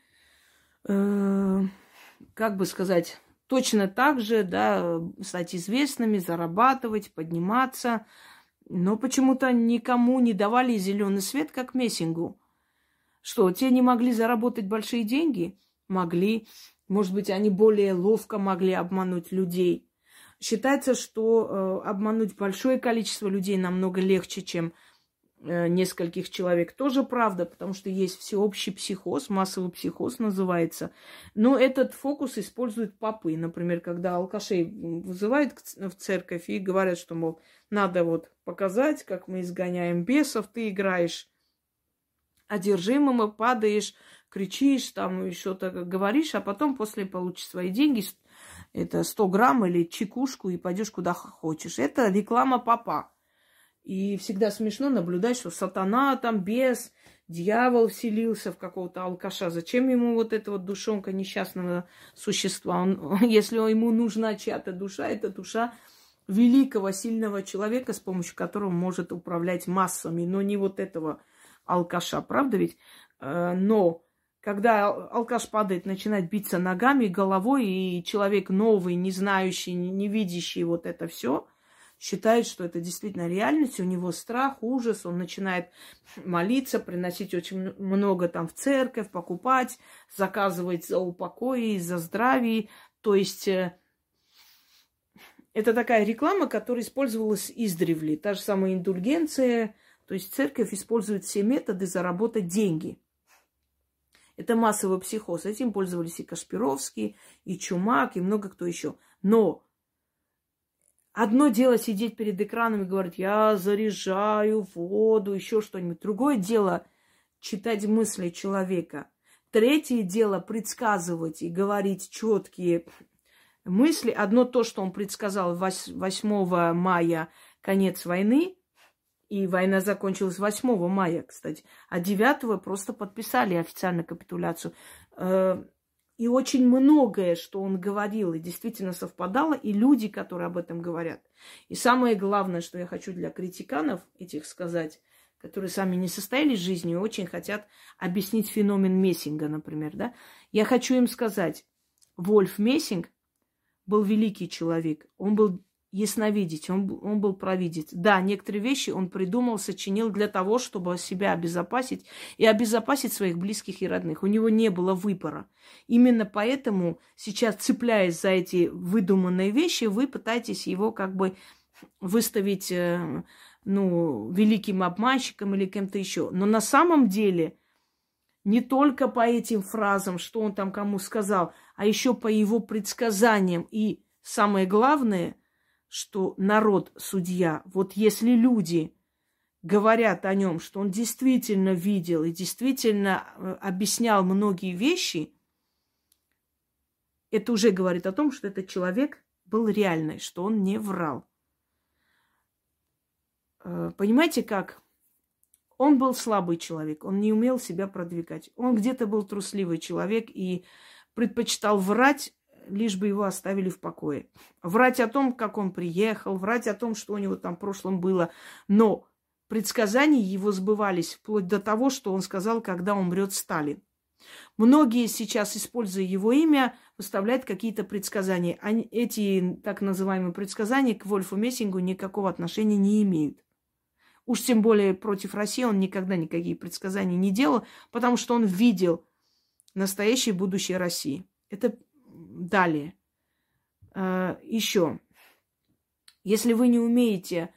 как бы сказать, точно так же, да, стать известными, зарабатывать, подниматься. Но почему-то никому не давали зеленый свет, как Мессингу. Что, те не могли заработать большие деньги? Могли. Может быть, они более ловко могли обмануть людей. Считается, что обмануть большое количество людей намного легче, чем нескольких человек. Тоже правда, потому что есть всеобщий психоз, массовый психоз называется. Но этот фокус используют попы. Например, когда алкашей вызывают в церковь и говорят, что, мол, надо вот показать, как мы изгоняем бесов, ты играешь одержимым, падаешь, кричишь, там и что-то говоришь, а потом после получишь свои деньги, это 100 грамм или чекушку, и пойдешь куда хочешь. Это реклама попа. И всегда смешно наблюдать, что сатана там, бес, дьявол вселился в какого-то алкаша. Зачем ему вот эта вот душонка несчастного существа? Если ему нужна чья-то душа, это душа великого, сильного человека, с помощью которого может управлять массами, но не вот этого алкаша, правда ведь? Но когда алкаш падает, начинает биться ногами, головой, и человек новый, не знающий, не видящий вот это все, считает, что это действительно реальность, у него страх, ужас, он начинает молиться, приносить очень много там в церковь, покупать, заказывать за упокой, за здравие. То есть это такая реклама, которая использовалась издревле. Та же самая индульгенция. То есть церковь использует все методы заработать деньги. Это массовый психоз. Этим пользовались и Кашпировский, и Чумак, и много кто еще. Но одно дело сидеть перед экраном и говорить, я заряжаю воду, еще что-нибудь. Другое дело читать мысли человека. Третье дело предсказывать и говорить четкие мысли. Одно то, что он предсказал 8 мая конец войны, и война закончилась 8 мая, кстати, а 9 просто подписали официально капитуляцию. И очень многое, что он говорил, и действительно совпадало, и люди, которые об этом говорят. И самое главное, что я хочу для критиканов этих сказать, которые сами не состоялись в жизни и очень хотят объяснить феномен Мессинга, например, да. Я хочу им сказать, Вольф Мессинг был великий человек, он был ясновидец, он был провидец. Да, некоторые вещи он придумал, сочинил для того, чтобы себя обезопасить и обезопасить своих близких и родных. У него не было выбора. Именно поэтому сейчас, цепляясь за эти выдуманные вещи, вы пытаетесь его как бы выставить, великим обманщиком или кем-то еще. Но на самом деле не только по этим фразам, что он там кому сказал, а еще по его предсказаниям. И самое главное, что народ судья. Вот если люди говорят о нем, что он действительно видел и действительно объяснял многие вещи, это уже говорит о том, что этот человек был реальный, что он не врал. Понимаете как? Он был слабый человек, он не умел себя продвигать. Он где-то был трусливый человек и предпочитал врать, лишь бы его оставили в покое. Врать о том, как он приехал, врать о том, что у него там в прошлом было. Но предсказания его сбывались вплоть до того, что он сказал, когда умрет Сталин. Многие сейчас, используя его имя, выставляют какие-то предсказания. Эти так называемые предсказания к Вольфу Мессингу никакого отношения не имеют. Уж тем более против России он никогда никакие предсказания не делал, потому что он видел настоящее и будущее России. Это далее. Еще. Если вы не умеете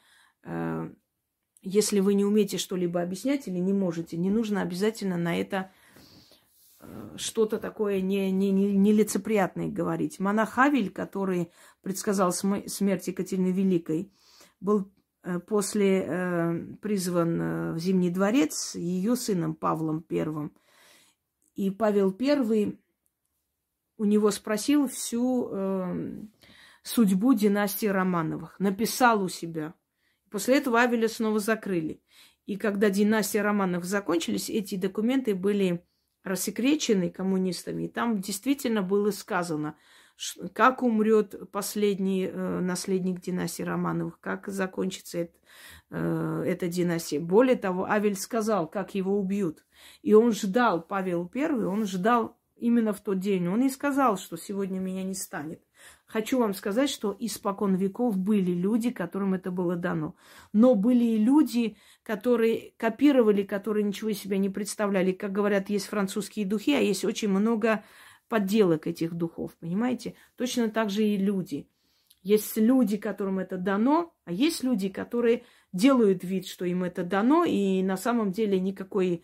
что-либо объяснять или не можете, не нужно обязательно на это что-то такое нелицеприятное говорить. Монах Авель, который предсказал смерть Екатерины Великой, был после призван в Зимний дворец ее сыном Павлом I. И Павел I у него спросил всю судьбу династии Романовых. Написал у себя. После этого Авеля снова закрыли. И когда династия Романовых закончились, эти документы были рассекречены коммунистами. И там действительно было сказано, как умрет последний наследник династии Романовых, как закончится эта династия. Более того, Авель сказал, как его убьют. И он ждал, Павел I, он ждал именно в тот день. Он и сказал, что сегодня меня не станет. Хочу вам сказать, что испокон веков были люди, которым это было дано. Но были и люди, которые копировали, которые ничего из себя не представляли. Как говорят, есть французские духи, а есть очень много подделок этих духов, понимаете? Точно так же и люди. Есть люди, которым это дано, а есть люди, которые делают вид, что им это дано, и на самом деле никакой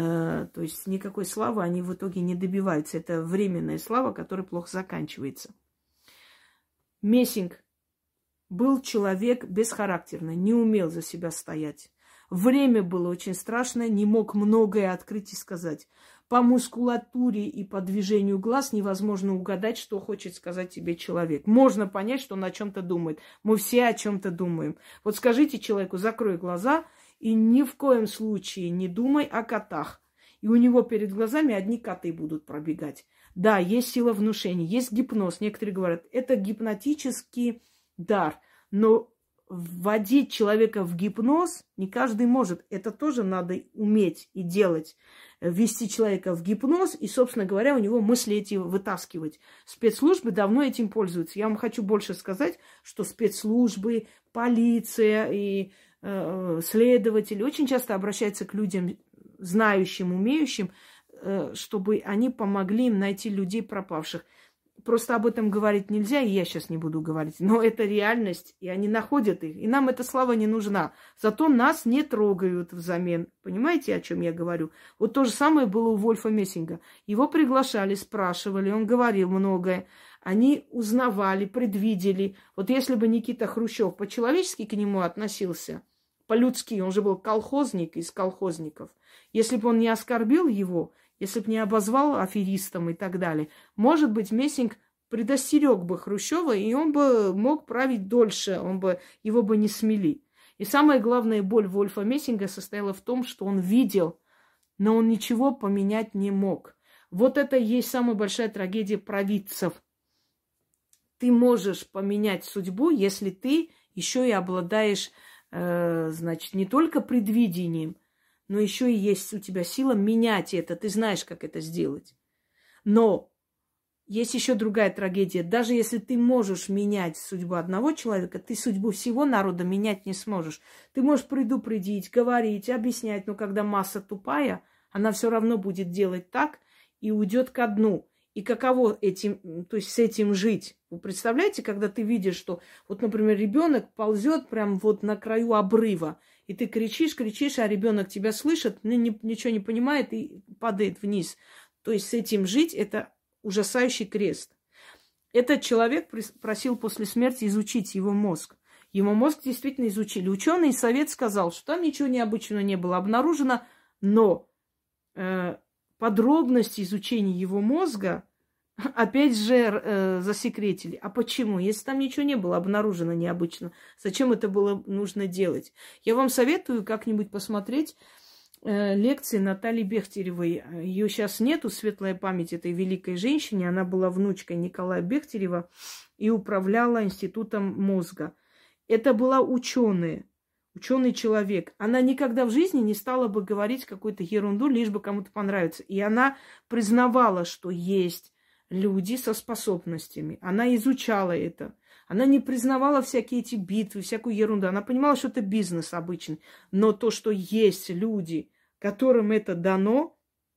славы они в итоге не добиваются. Это временная слава, которая плохо заканчивается. Мессинг был человек бесхарактерный, не умел за себя стоять. Время было очень страшное, не мог многое открыть и сказать. По мускулатуре и по движению глаз невозможно угадать, что хочет сказать тебе человек. Можно понять, что он о чем-то думает. Мы все о чем-то думаем. Вот скажите человеку, закрой глаза и ни в коем случае не думай о котах. И у него перед глазами одни коты будут пробегать. Да, есть сила внушения, есть гипноз. Некоторые говорят, это гипнотический дар. Но вводить человека в гипноз не каждый может. Это тоже надо уметь и делать. Ввести человека в гипноз и, собственно говоря, у него мысли эти вытаскивать. Спецслужбы давно этим пользуются. Я вам хочу больше сказать, что спецслужбы, полиция и следователи очень часто обращаются к людям, знающим, умеющим, чтобы они помогли им найти людей пропавших. Просто об этом говорить нельзя, и я сейчас не буду говорить. Но это реальность, и они находят их. И нам эта слава не нужна. Зато нас не трогают взамен. Понимаете, о чем я говорю? Вот то же самое было у Вольфа Мессинга. Его приглашали, спрашивали, он говорил многое. Они узнавали, предвидели. Вот если бы Никита Хрущев по-человечески к нему относился, по-людски, он же был колхозник из колхозников. Если бы он не оскорбил его, если бы не обозвал аферистом и так далее, может быть, Мессинг предостерег бы Хрущева, и он бы мог править дольше, его бы не смели. И самая главная боль Вольфа Мессинга состояла в том, что он видел, но он ничего поменять не мог. Вот это и есть самая большая трагедия провидцев. Ты можешь поменять судьбу, если ты еще и обладаешь, не только предвидением, но еще и есть у тебя сила менять это. Ты знаешь, как это сделать. Но есть еще другая трагедия. Даже если ты можешь менять судьбу одного человека, ты судьбу всего народа менять не сможешь. Ты можешь предупредить, говорить, объяснять, но когда масса тупая, она все равно будет делать так и уйдет ко дну. И каково с этим жить? Вы представляете, когда ты видишь, что, вот, например, ребенок ползет прямо вот на краю обрыва, и ты кричишь, а ребенок тебя слышит, ничего не понимает и падает вниз. То есть с этим жить – это ужасающий крест. Этот человек просил после смерти изучить его мозг. Его мозг действительно изучили. Ученый совет сказал, что там ничего необычного не было обнаружено, но подробности изучения его мозга опять же засекретили. А почему? Если там ничего не было обнаружено необычно, зачем это было нужно делать? Я вам советую как-нибудь посмотреть лекции Натальи Бехтеревой. Ее сейчас нету, светлая память этой великой женщине. Она была внучкой Николая Бехтерева и управляла Институтом мозга. Это была ученый человек. Она никогда в жизни не стала бы говорить какую-то ерунду, лишь бы кому-то понравится. И она признавала, что есть люди со способностями. Она изучала это. Она не признавала всякие эти битвы, всякую ерунду. Она понимала, что это бизнес обычный. Но то, что есть люди, которым это дано,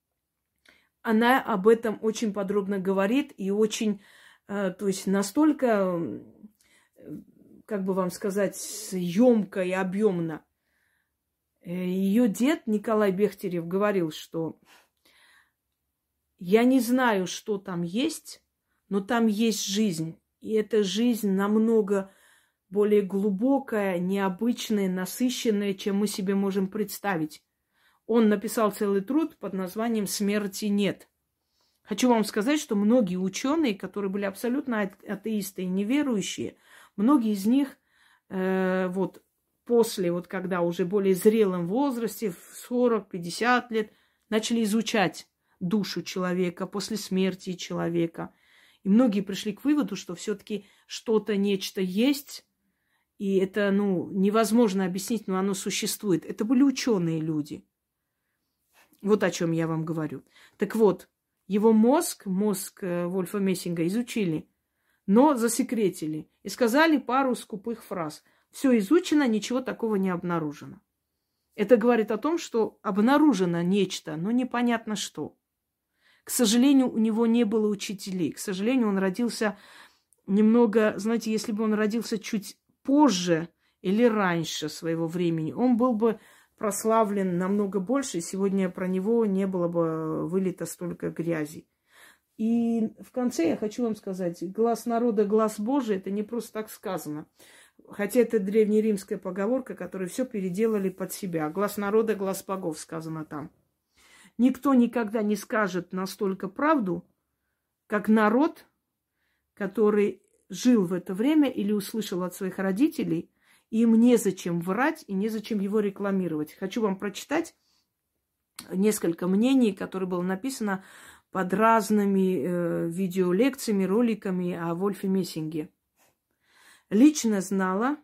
она об этом очень подробно говорит и очень, настолько, как бы вам сказать, ёмко и объемно. Ее дед Николай Бехтерев говорил, что я не знаю, что там есть, но там есть жизнь. И эта жизнь намного более глубокая, необычная, насыщенная, чем мы себе можем представить. Он написал целый труд под названием «Смерти нет». Хочу вам сказать, что многие ученые, которые были абсолютно атеисты и неверующие, многие из них после, когда уже более зрелом возрасте, в 40-50 лет, начали изучать душу человека после смерти человека. И многие пришли к выводу, что все-таки что-то, нечто есть, и это, невозможно объяснить, но оно существует. Это были ученые люди. Вот о чем я вам говорю. Так вот, его мозг Вольфа Мессинга изучили, но засекретили. И сказали пару скупых фраз. Все изучено, ничего такого не обнаружено. Это говорит о том, что обнаружено нечто, но непонятно что. К сожалению, у него не было учителей. К сожалению, он родился немного, знаете, если бы он родился чуть позже или раньше своего времени, он был бы прославлен намного больше, и сегодня про него не было бы вылито столько грязи. И в конце я хочу вам сказать, глаз народа, глаз Божий, это не просто так сказано. Хотя это древнеримская поговорка, которую все переделали под себя. Глаз народа, глаз богов сказано там. Никто никогда не скажет настолько правду, как народ, который жил в это время или услышал от своих родителей, и им незачем врать и незачем его рекламировать. Хочу вам прочитать несколько мнений, которые было написано под разными видеолекциями, роликами о Вольфе Мессинге. Лично знала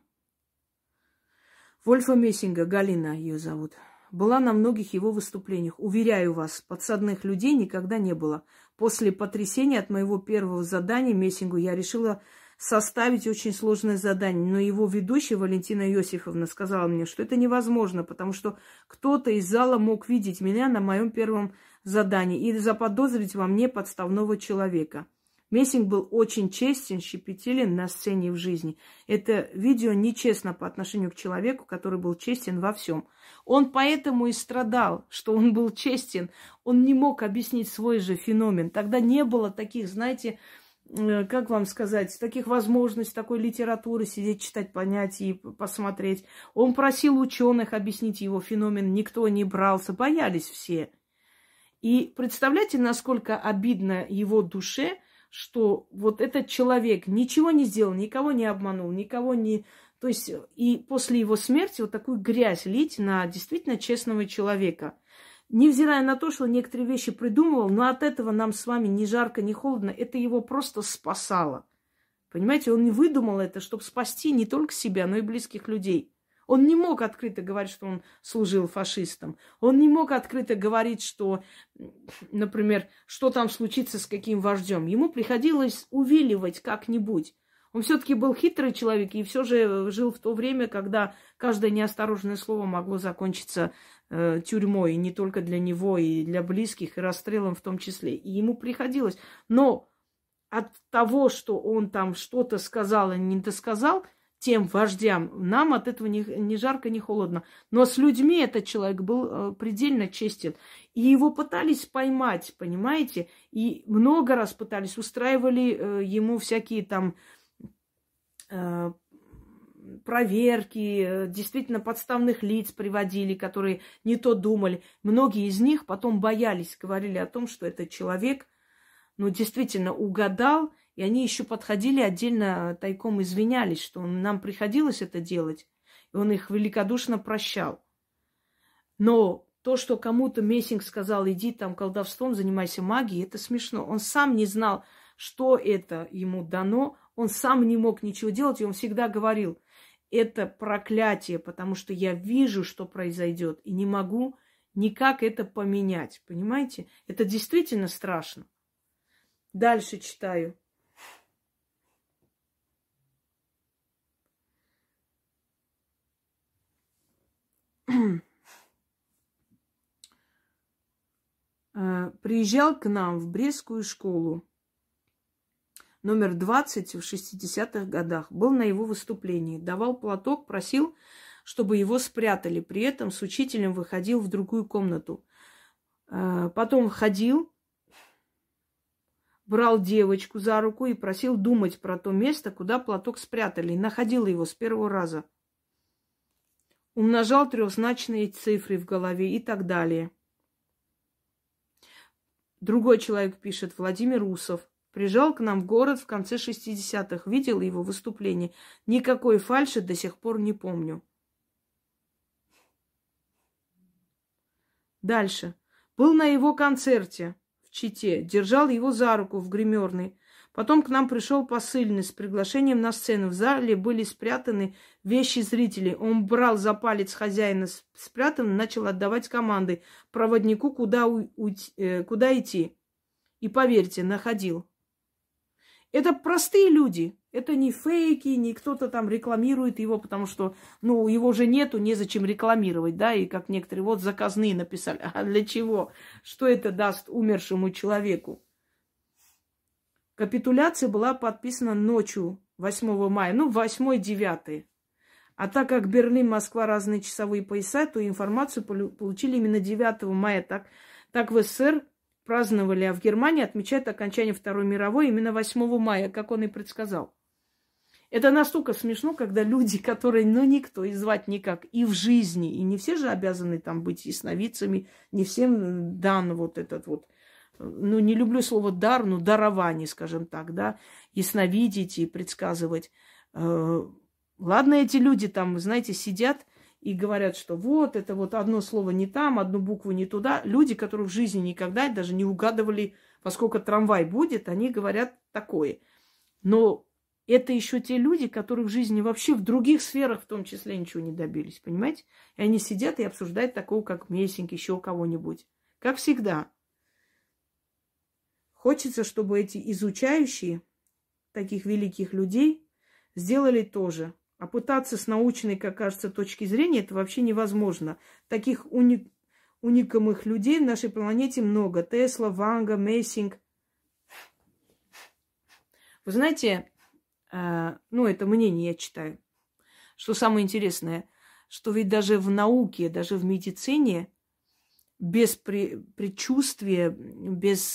Вольфа Мессинга, Галина ее зовут. Была на многих его выступлениях. Уверяю вас, подсадных людей никогда не было. После потрясения от моего первого задания Мессингу я решила составить очень сложное задание. Но его ведущая Валентина Иосифовна сказала мне, что это невозможно, потому что кто-то из зала мог видеть меня на моем первом задании и заподозрить во мне подставного человека. Мессинг был очень честен, щепетилен на сцене и в жизни. Это видео нечестно по отношению к человеку, который был честен во всем. Он поэтому и страдал, что он был честен. Он не мог объяснить свой же феномен. Тогда не было таких, знаете, как вам сказать, таких возможностей, такой литературы, сидеть, читать, понять и посмотреть. Он просил ученых объяснить его феномен, никто не брался, боялись все. И представляете, насколько обидно его душе, что вот этот человек ничего не сделал, никого не обманул, никого не... То есть и после его смерти вот такую грязь лить на действительно честного человека. Невзирая на то, что некоторые вещи придумывал, но от этого нам с вами ни жарко, ни холодно, это его просто спасало. Понимаете, он не выдумал это, чтобы спасти не только себя, но и близких людей. Он не мог открыто говорить, что он служил фашистам. Он не мог открыто говорить, что, например, что там случится с каким вождем. Ему приходилось увиливать как-нибудь. Он все-таки был хитрый человек и все же жил в то время, когда каждое неосторожное слово могло закончиться тюрьмой. И не только для него, и для близких, и расстрелом в том числе. И ему приходилось. Но от того, что он там что-то сказал и не досказал, тем вождям, нам от этого ни жарко, ни холодно. Но с людьми этот человек был предельно честен. И его пытались поймать, понимаете? И много раз пытались, устраивали ему всякие там проверки, действительно подставных лиц приводили, которые не то думали. Многие из них потом боялись, говорили о том, что этот человек, ну, действительно угадал. И они еще подходили отдельно, тайком извинялись, что нам приходилось это делать. И он их великодушно прощал. Но то, что кому-то Мессинг сказал, иди там колдовством, занимайся магией, это смешно. Он сам не знал, что это ему дано. Он сам не мог ничего делать. И он всегда говорил, это проклятие, потому что я вижу, что произойдет. И не могу никак это поменять. Понимаете? Это действительно страшно. Дальше читаю. Приезжал к нам в Брестскую школу номер 20 в 60-х годах. Был на его выступлении. Давал платок, просил, чтобы его спрятали. При этом с учителем выходил в другую комнату. Потом ходил, брал девочку за руку и просил думать про то место, куда платок спрятали. И находил его с первого раза. Умножал трехзначные цифры в голове и так далее. Другой человек пишет, Владимир Усов. Приезжал к нам в город в конце 60-х. Видел его выступление. Никакой фальши до сих пор не помню. Дальше. Был на его концерте в Чите. Держал его за руку в гримерной. Потом к нам пришел посыльный с приглашением на сцену. В зале были спрятаны вещи зрителей. Он брал за палец хозяина спрятанный, начал отдавать команды проводнику, куда идти. И поверьте, находил. Это простые люди. Это не фейки, не кто-то там рекламирует его, потому что, ну, его же нету, незачем рекламировать, да, и как некоторые, вот заказные написали. А для чего? Что это даст умершему человеку? Капитуляция была подписана ночью 8 мая, 8-9. А так как Берлин, Москва разные часовые пояса, то информацию получили именно 9 мая. Так в СССР праздновали, а в Германии отмечают окончание Второй мировой именно 8 мая, как он и предсказал. Это настолько смешно, когда люди, которые, никто и звать никак, и в жизни, и не все же обязаны там быть ясновидцами, не всем дан вот этот вот, не люблю слово дар, но дарование, скажем так, да, ясновидеть и предсказывать. Ладно, эти люди там, знаете, сидят и говорят, что вот, это вот одно слово не там, одну букву не туда. Люди, которые в жизни никогда даже не угадывали, во сколько трамвай будет, они говорят такое. Но это еще те люди, которые в жизни вообще в других сферах в том числе ничего не добились, понимаете? И они сидят и обсуждают такого, как Мессинг, еще кого-нибудь. Как всегда. Хочется, чтобы эти изучающие таких великих людей сделали то же. А пытаться с научной, как кажется, точки зрения, это вообще невозможно. Таких уникальных людей в нашей планете много. Тесла, Ванга, Мессинг. Вы знаете, это мнение я читаю, что самое интересное, что ведь даже в науке, даже в медицине без предчувствия, без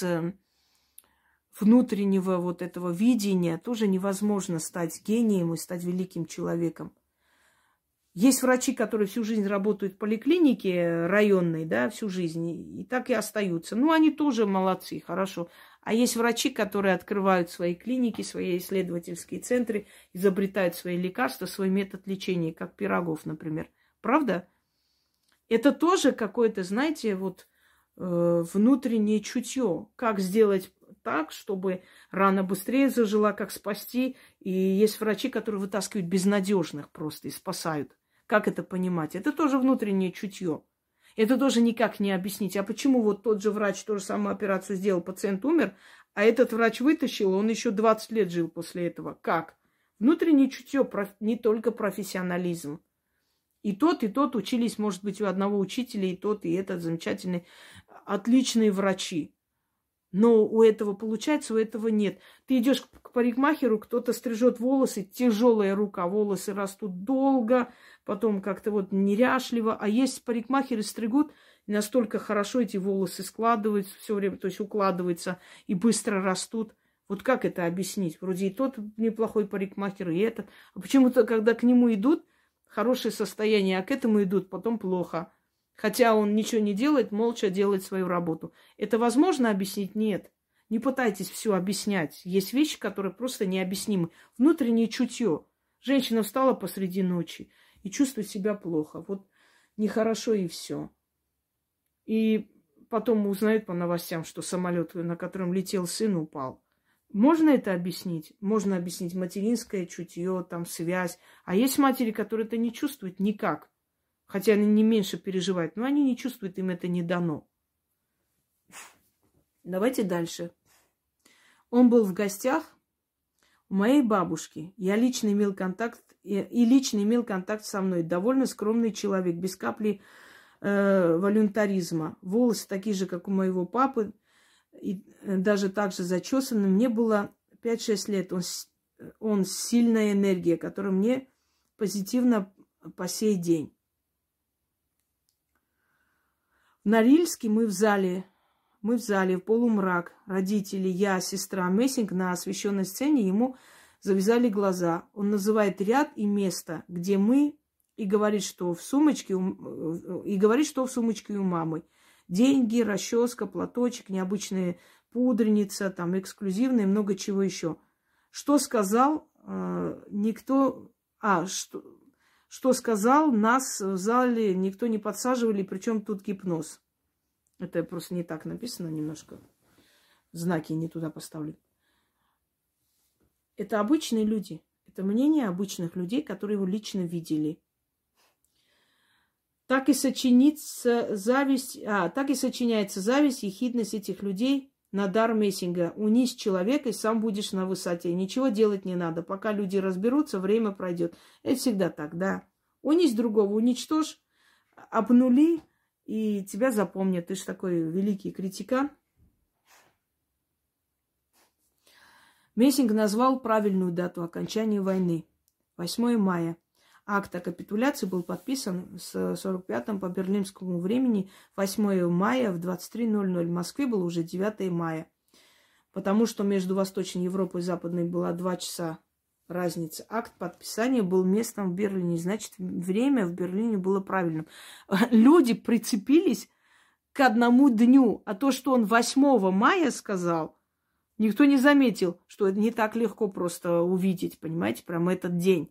внутреннего вот этого видения тоже невозможно стать гением и стать великим человеком. Есть врачи, которые всю жизнь работают в поликлинике районной, да, всю жизнь, и так и остаются. Они тоже молодцы, хорошо. А есть врачи, которые открывают свои клиники, свои исследовательские центры, изобретают свои лекарства, свой метод лечения, как Пирогов, например. Правда? Это тоже какое-то, знаете, внутреннее чутье. Как сделать так, чтобы рана быстрее зажила, как спасти. И есть врачи, которые вытаскивают безнадежных просто и спасают. Как это понимать? Это тоже внутреннее чутье. Это тоже никак не объяснить. А почему вот тот же врач ту же самую операцию сделал, пациент умер, а этот врач вытащил, он еще 20 лет жил после этого? Как? Внутреннее чутье, не только профессионализм. И тот учились, может быть, у одного учителя, и тот, и этот замечательный, отличные врачи. Но у этого получается, у этого нет. Ты идешь к парикмахеру, кто-то стрижет волосы, тяжелая рука, волосы растут долго, потом как-то неряшливо. А есть парикмахеры стригут, и настолько хорошо эти волосы складываются все время, то есть укладываются и быстро растут. Вот как это объяснить? Вроде и тот неплохой парикмахер, и этот. А почему-то, когда к нему идут, хорошее состояние, а к этому идут, потом плохо. Хотя он ничего не делает, молча делает свою работу. Это возможно объяснить? Нет. Не пытайтесь все объяснять. Есть вещи, которые просто необъяснимы. Внутреннее чутье. Женщина встала посреди ночи и чувствует себя плохо. Вот нехорошо и все. И потом узнает по новостям, что самолет, на котором летел сын, упал. Можно это объяснить? Можно объяснить материнское чутье, там связь. А есть матери, которые это не чувствуют никак. Хотя они не меньше переживают, но они не чувствуют, им это не дано. Давайте дальше. Он был в гостях у моей бабушки. Я лично имел контакт, со мной. Довольно скромный человек, без капли волюнтаризма. Волосы такие же, как у моего папы, и даже так же зачесаны. Мне было 5-6 лет. Он сильная энергия, которая мне позитивно по сей день. В Норильске мы в зале, в полумрак. Родители, я, сестра. Мессинг на освещенной сцене, ему завязали глаза. Он называет ряд и место, где мы, и говорит, что в сумочке у мамы. Деньги, расческа, платочек, необычная пудреница, там эксклюзивная, много чего еще. Что сказал Что сказал, нас в зале никто не подсаживали, причем тут гипноз. Это просто не так написано немножко. Знаки не туда поставлены. Это обычные люди. Это мнение обычных людей, которые его лично видели. Так и сочиняется зависть, ехидность этих людей на дар Мессинга. Унизь человека, и сам будешь на высоте. Ничего делать не надо. Пока люди разберутся, время пройдет. Это всегда так, да. Унизь другого, уничтожь, обнули, и тебя запомнят. Ты же такой великий критикан. Мессинг назвал правильную дату окончания войны. 8 мая. Акт о капитуляции был подписан с 45-м по берлинскому времени 8 мая в 23:00. В Москве было уже 9 мая. Потому что между Восточной Европой и Западной была 2 часа разница. Акт подписания был местом в Берлине. Значит, время в Берлине было правильным. Люди прицепились к одному дню. А то, что он 8 мая сказал, никто не заметил, что это не так легко просто увидеть, понимаете, прямо этот день.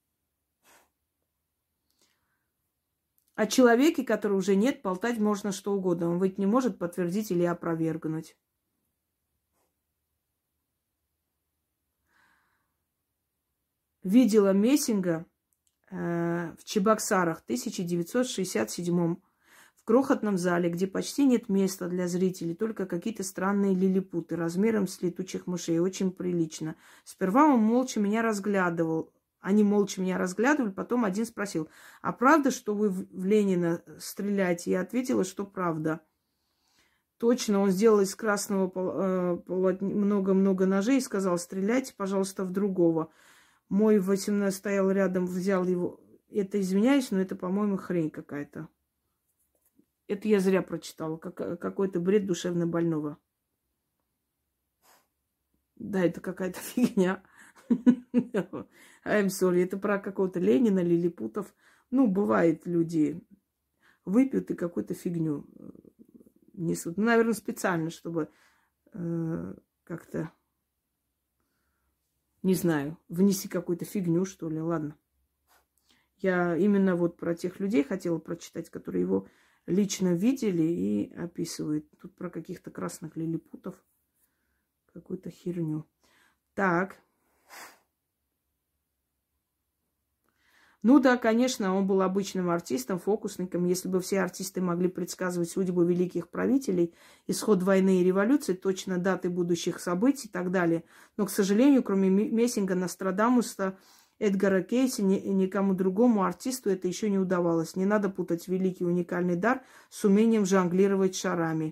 О человеке, который уже нет, болтать можно что угодно. Он ведь не может подтвердить или опровергнуть. Видела Мессинга в Чебоксарах в 1967 в крохотном зале, где почти нет места для зрителей, только какие-то странные лилипуты размером с летучих мышей. Очень прилично. Сперва он молча меня разглядывал. Они молча меня разглядывали, потом один спросил: а правда, что вы в Ленина стреляете? Я ответила, что правда. Точно, он сделал из красного полотна много-много ножей и сказал: стреляйте, пожалуйста, в другого. Мой 18 стоял рядом, взял его. Это, извиняюсь, но это, по-моему, хрень какая-то. Это я зря прочитала. Какой-то бред душевнобольного. Да, это какая-то фигня. I'm sorry. Это про какого-то Ленина, лилипутов. Ну, бывает, люди выпьют и какую-то фигню несут. Ну, наверное, специально, чтобы как-то, не знаю, внести какую-то фигню, что ли. Ладно. Я именно вот про тех людей хотела прочитать, которые его лично видели и описывают. Тут про каких-то красных лилипутов. Какую-то херню. Так. Ну да, конечно, он был обычным артистом, фокусником. Если бы все артисты могли предсказывать судьбу великих правителей, исход войны и революции, точно даты будущих событий и так далее. Но, к сожалению, кроме Мессинга, Нострадамуса, Эдгара Кейси, никому другому артисту это еще не удавалось. Не надо путать великий уникальный дар с умением жонглировать шарами.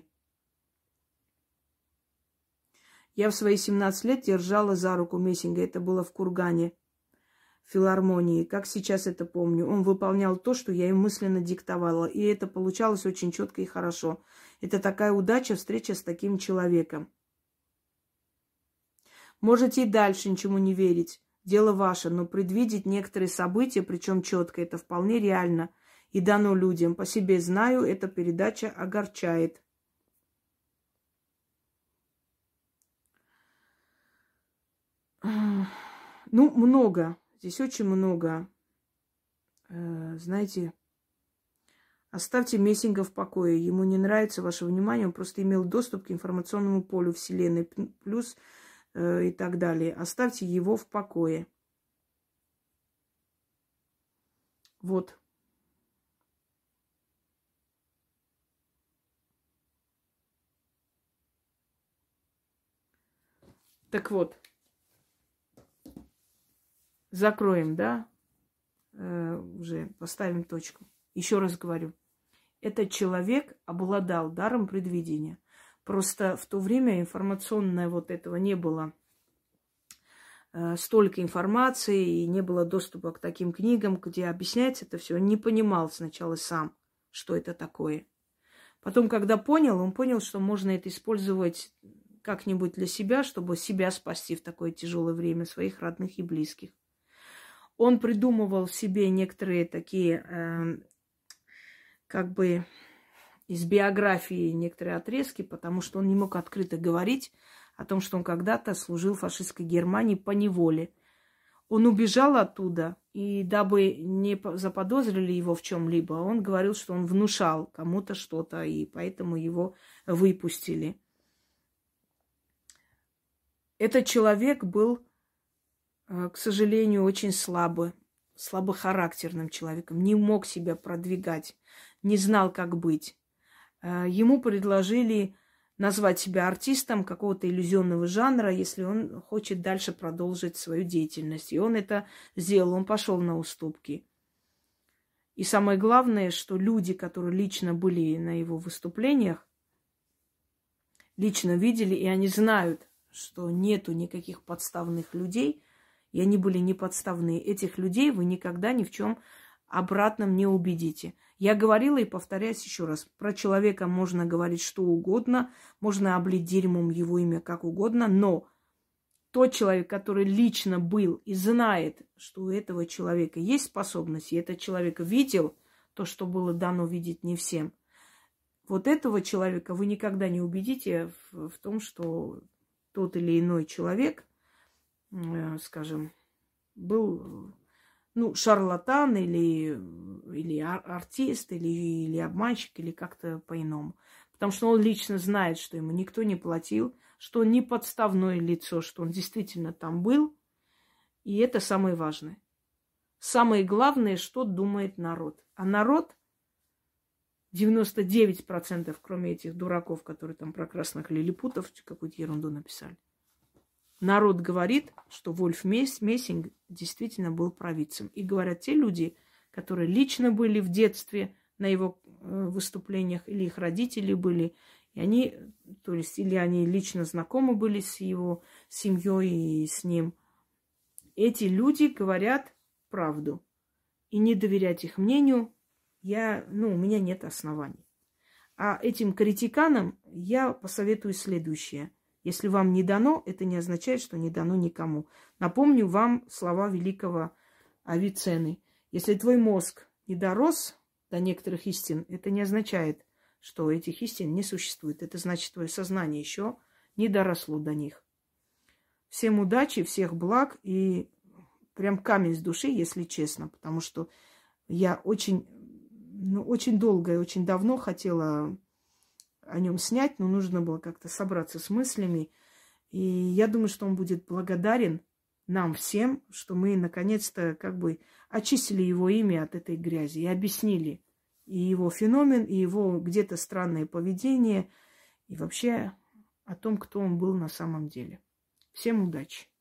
Я в свои 17 лет держала за руку Мессинга. Это было в Кургане, в филармонии. Как сейчас это помню. Он выполнял то, что я ему мысленно диктовала. И это получалось очень четко и хорошо. Это такая удача, встреча с таким человеком. Можете и дальше ничему не верить. Дело ваше. Но предвидеть некоторые события, причем четко, это вполне реально. И дано людям. По себе знаю, эта передача огорчает. Ну, много. Здесь очень много. Знаете, оставьте Мессинга в покое. Ему не нравится ваше внимание. Он просто имел доступ к информационному полю Вселенной. Плюс и так далее. Оставьте его в покое. Вот. Так вот. Закроем, да? Уже поставим точку. Еще раз говорю. Этот человек обладал даром предвидения. Просто в то время информационное вот этого не было. Столько информации, и не было доступа к таким книгам, где объясняется это все. Он не понимал сначала сам, что это такое. Потом, когда понял, он понял, что можно это использовать как-нибудь для себя, чтобы себя спасти в такое тяжелое время, своих родных и близких. Он придумывал себе некоторые такие, как бы, из биографии некоторые отрезки, потому что он не мог открыто говорить о том, что он когда-то служил в фашистской Германии по неволе. Он убежал оттуда, и дабы не заподозрили его в чем-либо, он говорил, что он внушал кому-то что-то, и поэтому его выпустили. Этот человек был, к сожалению, очень слабохарактерным человеком, не мог себя продвигать, не знал, как быть. Ему предложили назвать себя артистом какого-то иллюзионного жанра, если он хочет дальше продолжить свою деятельность. И он это сделал, он пошел на уступки. И самое главное, что люди, которые лично были на его выступлениях, лично видели, и они знают, что нету никаких подставных людей, и они были неподставные. Этих людей вы никогда ни в чем обратном не убедите. Я говорила и повторяюсь еще раз. Про человека можно говорить что угодно, можно облить дерьмом его имя как угодно, но тот человек, который лично был и знает, что у этого человека есть способность, и этот человек видел то, что было дано видеть не всем, вот этого человека вы никогда не убедите в том, что тот или иной человек, скажем, был шарлатан или артист, или обманщик, или как-то по-иному. Потому что он лично знает, что ему никто не платил, что он не подставное лицо, что он действительно там был. И это самое важное. Самое главное, что думает народ. А народ, 99%, кроме этих дураков, которые там про красных лилипутов какую-то ерунду написали, народ говорит, что Вольф Мессинг действительно был провидцем. И говорят те люди, которые лично были в детстве на его выступлениях, или их родители были, и они, то есть, или они лично знакомы были с его семьей и с ним. Эти люди говорят правду. И не доверять их мнению у меня нет оснований. А этим критиканам я посоветую следующее. Если вам не дано, это не означает, что не дано никому. Напомню вам слова великого Авиценны. Если твой мозг не дорос до некоторых истин, это не означает, что этих истин не существует. Это значит, твое сознание еще не доросло до них. Всем удачи, всех благ и прям камень с души, если честно, потому что я очень долго и очень давно хотела о нем снять, но нужно было как-то собраться с мыслями. И я думаю, что он будет благодарен нам всем, что мы наконец-то очистили его имя от этой грязи и объяснили и его феномен, и его где-то странное поведение, и вообще о том, кто он был на самом деле. Всем удачи!